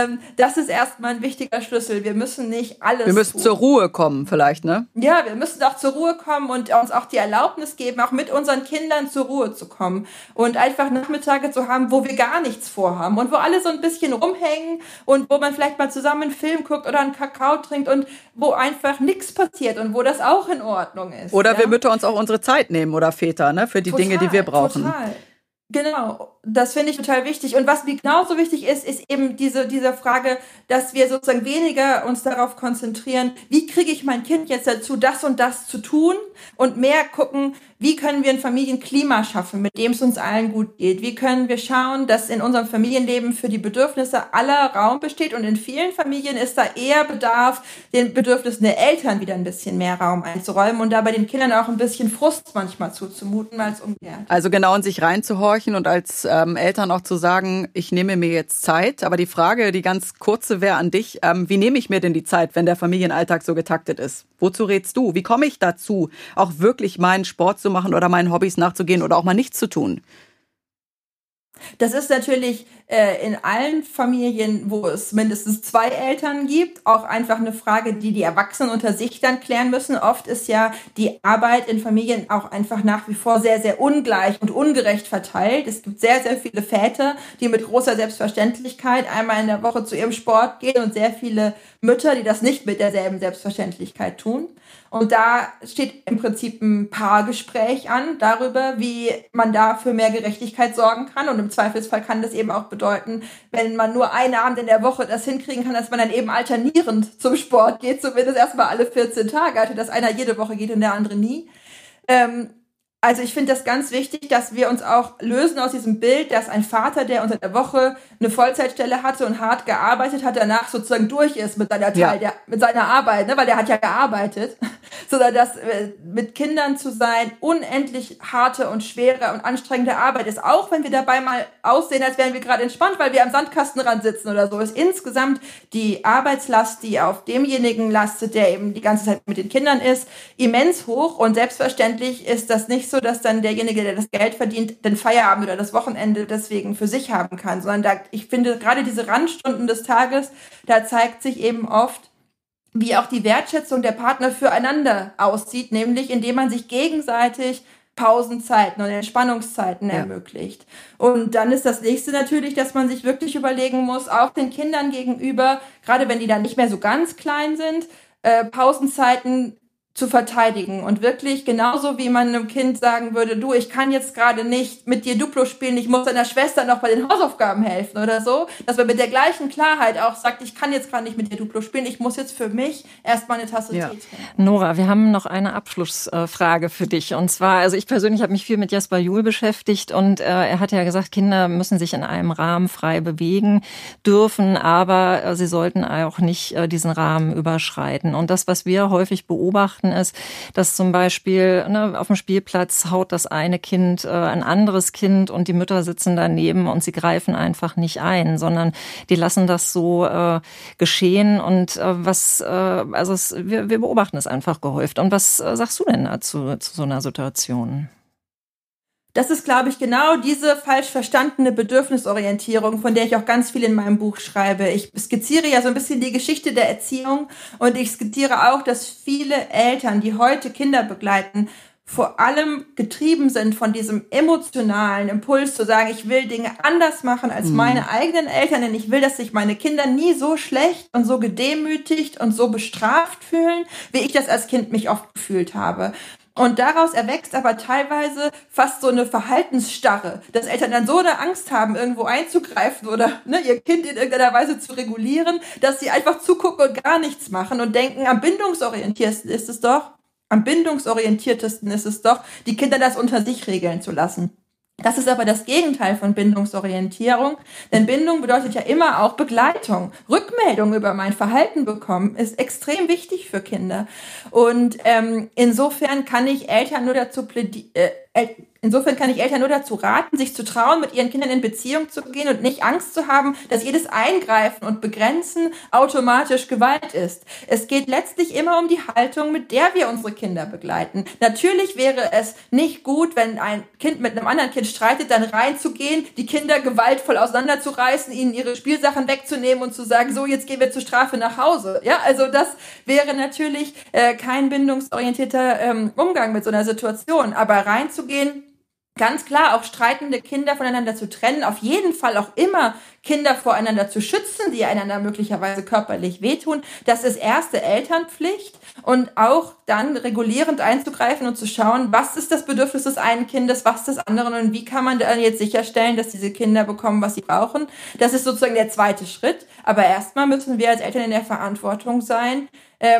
das ist erstmal ein wichtiger Schlüssel. Wir müssen nicht alles Wir müssen zur Ruhe kommen vielleicht, ne? Ja, wir müssen auch zur Ruhe kommen und uns auch die Erlaubnis geben, auch mit unseren Kindern zur Ruhe zu kommen und einfach Nachmittage zu haben, wo wir gar nichts vorhaben und wo alle so ein bisschen rumhängen und wo man vielleicht mal zusammen einen Film guckt oder einen Kakao trinkt und wo einfach nichts passiert und wo das auch in Ordnung ist. Oder wir Mütter uns auch unsere Zeit nehmen oder Väter, ne, für die Dinge, die wir brauchen. Total. Genau, das finde ich total wichtig. Und was mir genauso wichtig ist eben diese Frage, dass wir sozusagen weniger uns darauf konzentrieren, wie kriege ich mein Kind jetzt dazu, das und das zu tun und mehr gucken, wie können wir ein Familienklima schaffen, mit dem es uns allen gut geht? Wie können wir schauen, dass in unserem Familienleben für die Bedürfnisse aller Raum besteht? Und in vielen Familien ist da eher Bedarf, den Bedürfnissen der Eltern wieder ein bisschen mehr Raum einzuräumen und dabei den Kindern auch ein bisschen Frust manchmal zuzumuten, als umgekehrt. Also genau in sich reinzuhorchen und als Eltern auch zu sagen, ich nehme mir jetzt Zeit. Aber die Frage, die ganz kurze wäre an dich, wie nehme ich mir denn die Zeit, wenn der Familienalltag so getaktet ist? Wozu rätst du? Wie komme ich dazu, auch wirklich meinen Sport zu machen oder meinen Hobbys nachzugehen oder auch mal nichts zu tun? Das ist natürlich in allen Familien, wo es mindestens 2 Eltern gibt, auch einfach eine Frage, die Erwachsenen unter sich dann klären müssen. Oft ist ja die Arbeit in Familien auch einfach nach wie vor sehr, sehr ungleich und ungerecht verteilt. Es gibt sehr, sehr viele Väter, die mit großer Selbstverständlichkeit einmal in der Woche zu ihrem Sport gehen und sehr viele Mütter, die das nicht mit derselben Selbstverständlichkeit tun. Und da steht im Prinzip ein Paargespräch an darüber, wie man da für mehr Gerechtigkeit sorgen kann. Und im Zweifelsfall kann das eben auch bedeuten, wenn man nur einen Abend in der Woche das hinkriegen kann, dass man dann eben alternierend zum Sport geht, zumindest erstmal alle 14 Tage, also dass einer jede Woche geht und der andere nie. Also ich finde das ganz wichtig, dass wir uns auch lösen aus diesem Bild, dass ein Vater, der unter der Woche eine Vollzeitstelle hatte und hart gearbeitet hat, danach sozusagen durch ist mit seiner mit seiner Arbeit, ne, weil der hat ja gearbeitet, sondern dass mit Kindern zu sein unendlich harte und schwere und anstrengende Arbeit ist, auch wenn wir dabei mal aussehen, als wären wir gerade entspannt, weil wir am Sandkastenrand sitzen oder so, ist insgesamt die Arbeitslast, die auf demjenigen lastet, der eben die ganze Zeit mit den Kindern ist, immens hoch und selbstverständlich ist das nicht so, dass dann derjenige, der das Geld verdient, den Feierabend oder das Wochenende deswegen für sich haben kann, sondern ich finde gerade diese Randstunden des Tages, da zeigt sich eben oft, wie auch die Wertschätzung der Partner füreinander aussieht, nämlich indem man sich gegenseitig Pausenzeiten und Entspannungszeiten ermöglicht. Und dann ist das nächste natürlich, dass man sich wirklich überlegen muss, auch den Kindern gegenüber, gerade wenn die dann nicht mehr so ganz klein sind, Pausenzeiten zu verteidigen und wirklich genauso wie man einem Kind sagen würde, du, ich kann jetzt gerade nicht mit dir Duplo spielen, ich muss deiner Schwester noch bei den Hausaufgaben helfen oder so, dass man mit der gleichen Klarheit auch sagt, ich kann jetzt gerade nicht mit dir Duplo spielen, ich muss jetzt für mich erstmal eine Tasse Tee trinken. Nora, wir haben noch eine Abschlussfrage für dich und zwar, also ich persönlich habe mich viel mit Jesper Juhl beschäftigt und er hat ja gesagt, Kinder müssen sich in einem Rahmen frei bewegen dürfen, aber sie sollten auch nicht diesen Rahmen überschreiten und das, was wir häufig beobachten, ist, dass zum Beispiel auf dem Spielplatz haut das eine Kind ein anderes Kind und die Mütter sitzen daneben und sie greifen einfach nicht ein, sondern die lassen das so geschehen und wir beobachten es einfach gehäuft. Und was sagst du denn dazu zu so einer Situation? Das ist, glaube ich, genau diese falsch verstandene Bedürfnisorientierung, von der ich auch ganz viel in meinem Buch schreibe. Ich skizziere ja so ein bisschen die Geschichte der Erziehung und ich skizziere auch, dass viele Eltern, die heute Kinder begleiten, vor allem getrieben sind von diesem emotionalen Impuls zu sagen, ich will Dinge anders machen als meine eigenen Eltern, denn ich will, dass sich meine Kinder nie so schlecht und so gedemütigt und so bestraft fühlen, wie ich das als Kind mich oft gefühlt habe. Und daraus erwächst aber teilweise fast so eine Verhaltensstarre, dass Eltern dann so eine Angst haben, irgendwo einzugreifen oder ihr Kind in irgendeiner Weise zu regulieren, dass sie einfach zugucken und gar nichts machen und denken, am bindungsorientiertesten ist es doch, die Kinder das unter sich regeln zu lassen. Das ist aber das Gegenteil von Bindungsorientierung, denn Bindung bedeutet ja immer auch Begleitung. Rückmeldung über mein Verhalten bekommen ist extrem wichtig für Kinder. Und insofern kann ich Eltern nur dazu raten, sich zu trauen, mit ihren Kindern in Beziehung zu gehen und nicht Angst zu haben, dass jedes Eingreifen und Begrenzen automatisch Gewalt ist. Es geht letztlich immer um die Haltung, mit der wir unsere Kinder begleiten. Natürlich wäre es nicht gut, wenn ein Kind mit einem anderen Kind streitet, dann reinzugehen, die Kinder gewaltvoll auseinanderzureißen, ihnen ihre Spielsachen wegzunehmen und zu sagen, so, jetzt gehen wir zur Strafe nach Hause. Ja, also das wäre natürlich kein bindungsorientierter Umgang mit so einer Situation. Aber reinzugehen, ganz klar, auch streitende Kinder voneinander zu trennen, auf jeden Fall auch immer Kinder voreinander zu schützen, die einander möglicherweise körperlich wehtun. Das ist erste Elternpflicht und auch dann regulierend einzugreifen und zu schauen, was ist das Bedürfnis des einen Kindes, was des anderen und wie kann man dann jetzt sicherstellen, dass diese Kinder bekommen, was sie brauchen. Das ist sozusagen der zweite Schritt. Aber erstmal müssen wir als Eltern in der Verantwortung sein,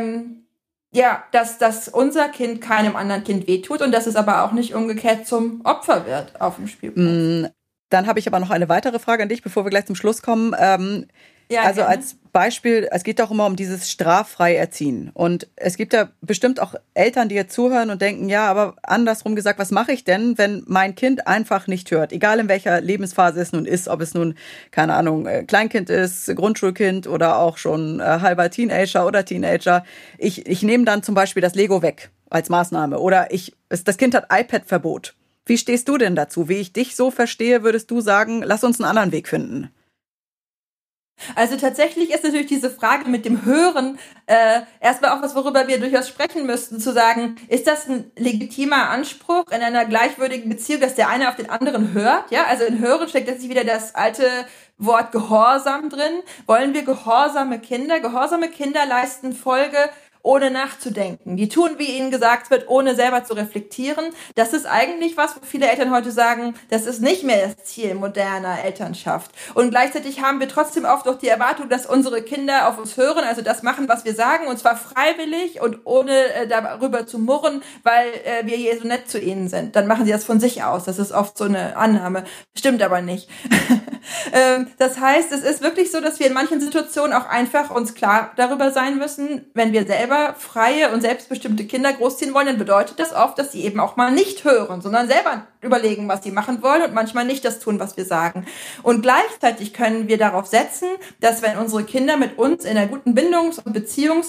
dass unser Kind keinem anderen Kind wehtut und dass es aber auch nicht umgekehrt zum Opfer wird auf dem Spielplatz. Dann habe ich aber noch eine weitere Frage an dich, bevor wir gleich zum Schluss kommen. Also gerne. Als Beispiel, es geht doch immer um dieses straffrei Erziehen. Und es gibt ja bestimmt auch Eltern, die jetzt zuhören und denken, ja, aber andersrum gesagt, was mache ich denn, wenn mein Kind einfach nicht hört? Egal in welcher Lebensphase es nun ist, ob es nun, keine Ahnung, Kleinkind ist, Grundschulkind oder auch schon halber Teenager oder Teenager. Ich nehme dann zum Beispiel das Lego weg als Maßnahme. Oder das Kind hat iPad-Verbot. Wie stehst du denn dazu? Wie ich dich so verstehe, würdest du sagen, lass uns einen anderen Weg finden? Also tatsächlich ist natürlich diese Frage mit dem Hören erstmal auch was, worüber wir durchaus sprechen müssten, zu sagen, ist das ein legitimer Anspruch in einer gleichwürdigen Beziehung, dass der eine auf den anderen hört? Ja, also in Hören steckt jetzt wieder das alte Wort Gehorsam drin. Wollen wir gehorsame Kinder? Gehorsame Kinder leisten Folge ohne nachzudenken. Die tun, wie ihnen gesagt wird, ohne selber zu reflektieren. Das ist eigentlich was, wo viele Eltern heute sagen, das ist nicht mehr das Ziel moderner Elternschaft. Und gleichzeitig haben wir trotzdem oft noch die Erwartung, dass unsere Kinder auf uns hören, also das machen, was wir sagen, und zwar freiwillig und ohne darüber zu murren, weil wir hier so nett zu ihnen sind. Dann machen sie das von sich aus. Das ist oft so eine Annahme. Stimmt aber nicht. Das heißt, es ist wirklich so, dass wir in manchen Situationen auch einfach uns klar darüber sein müssen, wenn wir selber freie und selbstbestimmte Kinder großziehen wollen, dann bedeutet das oft, dass sie eben auch mal nicht hören, sondern selber überlegen, was sie machen wollen und manchmal nicht das tun, was wir sagen. Und gleichzeitig können wir darauf setzen, dass wenn unsere Kinder mit uns in einer guten Bindungsbeziehung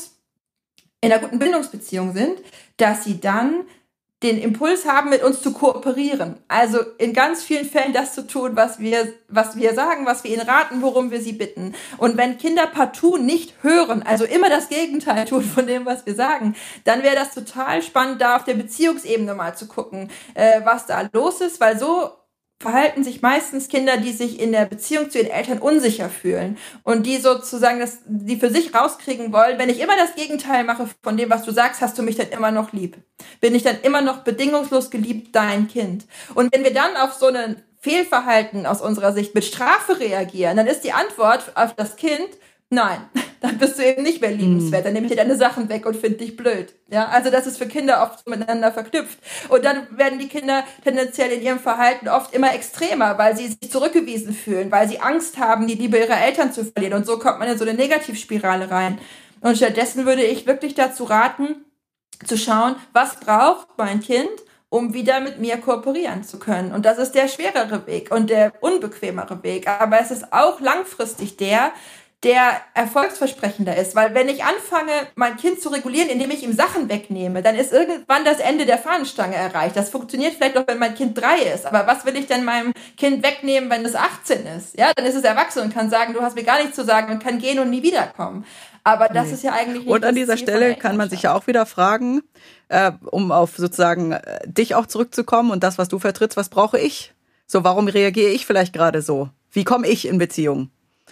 sind, dass sie dann den Impuls haben, mit uns zu kooperieren. Also in ganz vielen Fällen das zu tun, was wir sagen, was wir ihnen raten, worum wir sie bitten. Und wenn Kinder partout nicht hören, also immer das Gegenteil tun von dem, was wir sagen, dann wäre das total spannend, da auf der Beziehungsebene mal zu gucken, was da los ist, weil so verhalten sich meistens Kinder, die sich in der Beziehung zu ihren Eltern unsicher fühlen und die sozusagen die für sich rauskriegen wollen, wenn ich immer das Gegenteil mache von dem, was du sagst, hast du mich dann immer noch lieb? Bin ich dann immer noch bedingungslos geliebt, dein Kind? Und wenn wir dann auf so ein Fehlverhalten aus unserer Sicht mit Strafe reagieren, dann ist die Antwort auf das Kind, nein, dann bist du eben nicht mehr liebenswert, dann nehme ich dir deine Sachen weg und finde dich blöd. Ja, also das ist für Kinder oft miteinander verknüpft. Und dann werden die Kinder tendenziell in ihrem Verhalten oft immer extremer, weil sie sich zurückgewiesen fühlen, weil sie Angst haben, die Liebe ihrer Eltern zu verlieren. Und so kommt man in so eine Negativspirale rein. Und stattdessen würde ich wirklich dazu raten, zu schauen, was braucht mein Kind, um wieder mit mir kooperieren zu können. Und das ist der schwerere Weg und der unbequemere Weg. Aber es ist auch langfristig der erfolgsversprechender ist. Weil wenn ich anfange, mein Kind zu regulieren, indem ich ihm Sachen wegnehme, dann ist irgendwann das Ende der Fahnenstange erreicht. Das funktioniert vielleicht auch, wenn mein Kind 3 ist. Aber was will ich denn meinem Kind wegnehmen, wenn es 18 ist? Ja, dann ist es erwachsen und kann sagen, du hast mir gar nichts zu sagen und kann gehen und nie wiederkommen. Aber das ist ja eigentlich nicht. Und an dieser Stelle kann man sich ja auch wieder fragen, um auf sozusagen dich auch zurückzukommen und das, was du vertrittst, was brauche ich? So, warum reagiere ich vielleicht gerade so? Wie komme ich in Beziehung?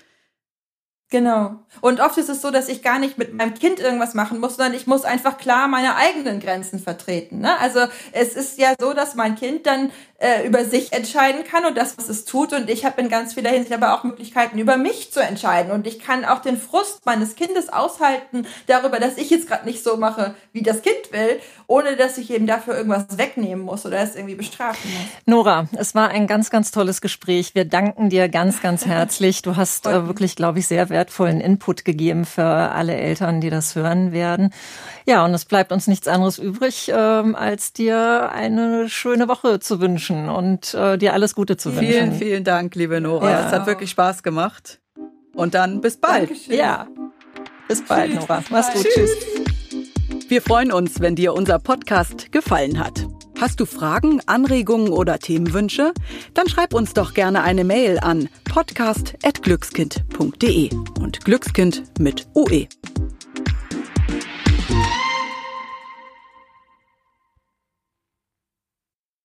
Genau. Und oft ist es so, dass ich gar nicht mit meinem Kind irgendwas machen muss, sondern ich muss einfach klar meine eigenen Grenzen vertreten. Ne? Also es ist ja so, dass mein Kind dann über sich entscheiden kann und das, was es tut. Und ich habe in ganz vieler Hinsicht aber auch Möglichkeiten, über mich zu entscheiden. Und ich kann auch den Frust meines Kindes aushalten darüber, dass ich jetzt gerade nicht so mache, wie das Kind will, ohne dass ich eben dafür irgendwas wegnehmen muss oder es irgendwie bestrafen muss. Nora, es war ein ganz, ganz tolles Gespräch. Wir danken dir ganz, ganz herzlich. Du hast wirklich, glaube ich, sehr wertvollen Input gegeben für alle Eltern, die das hören werden. Ja, und es bleibt uns nichts anderes übrig, als dir eine schöne Woche zu wünschen und dir alles Gute zu wünschen. Vielen, vielen Dank, liebe Nora. Ja. Es hat wirklich Spaß gemacht. Und dann bis bald. Dankeschön. Ja, bis bald, Nora. Mach's gut. Tschüss. Wir freuen uns, wenn dir unser Podcast gefallen hat. Hast du Fragen, Anregungen oder Themenwünsche? Dann schreib uns doch gerne eine Mail an podcast@glückskind.de und Glückskind mit OE.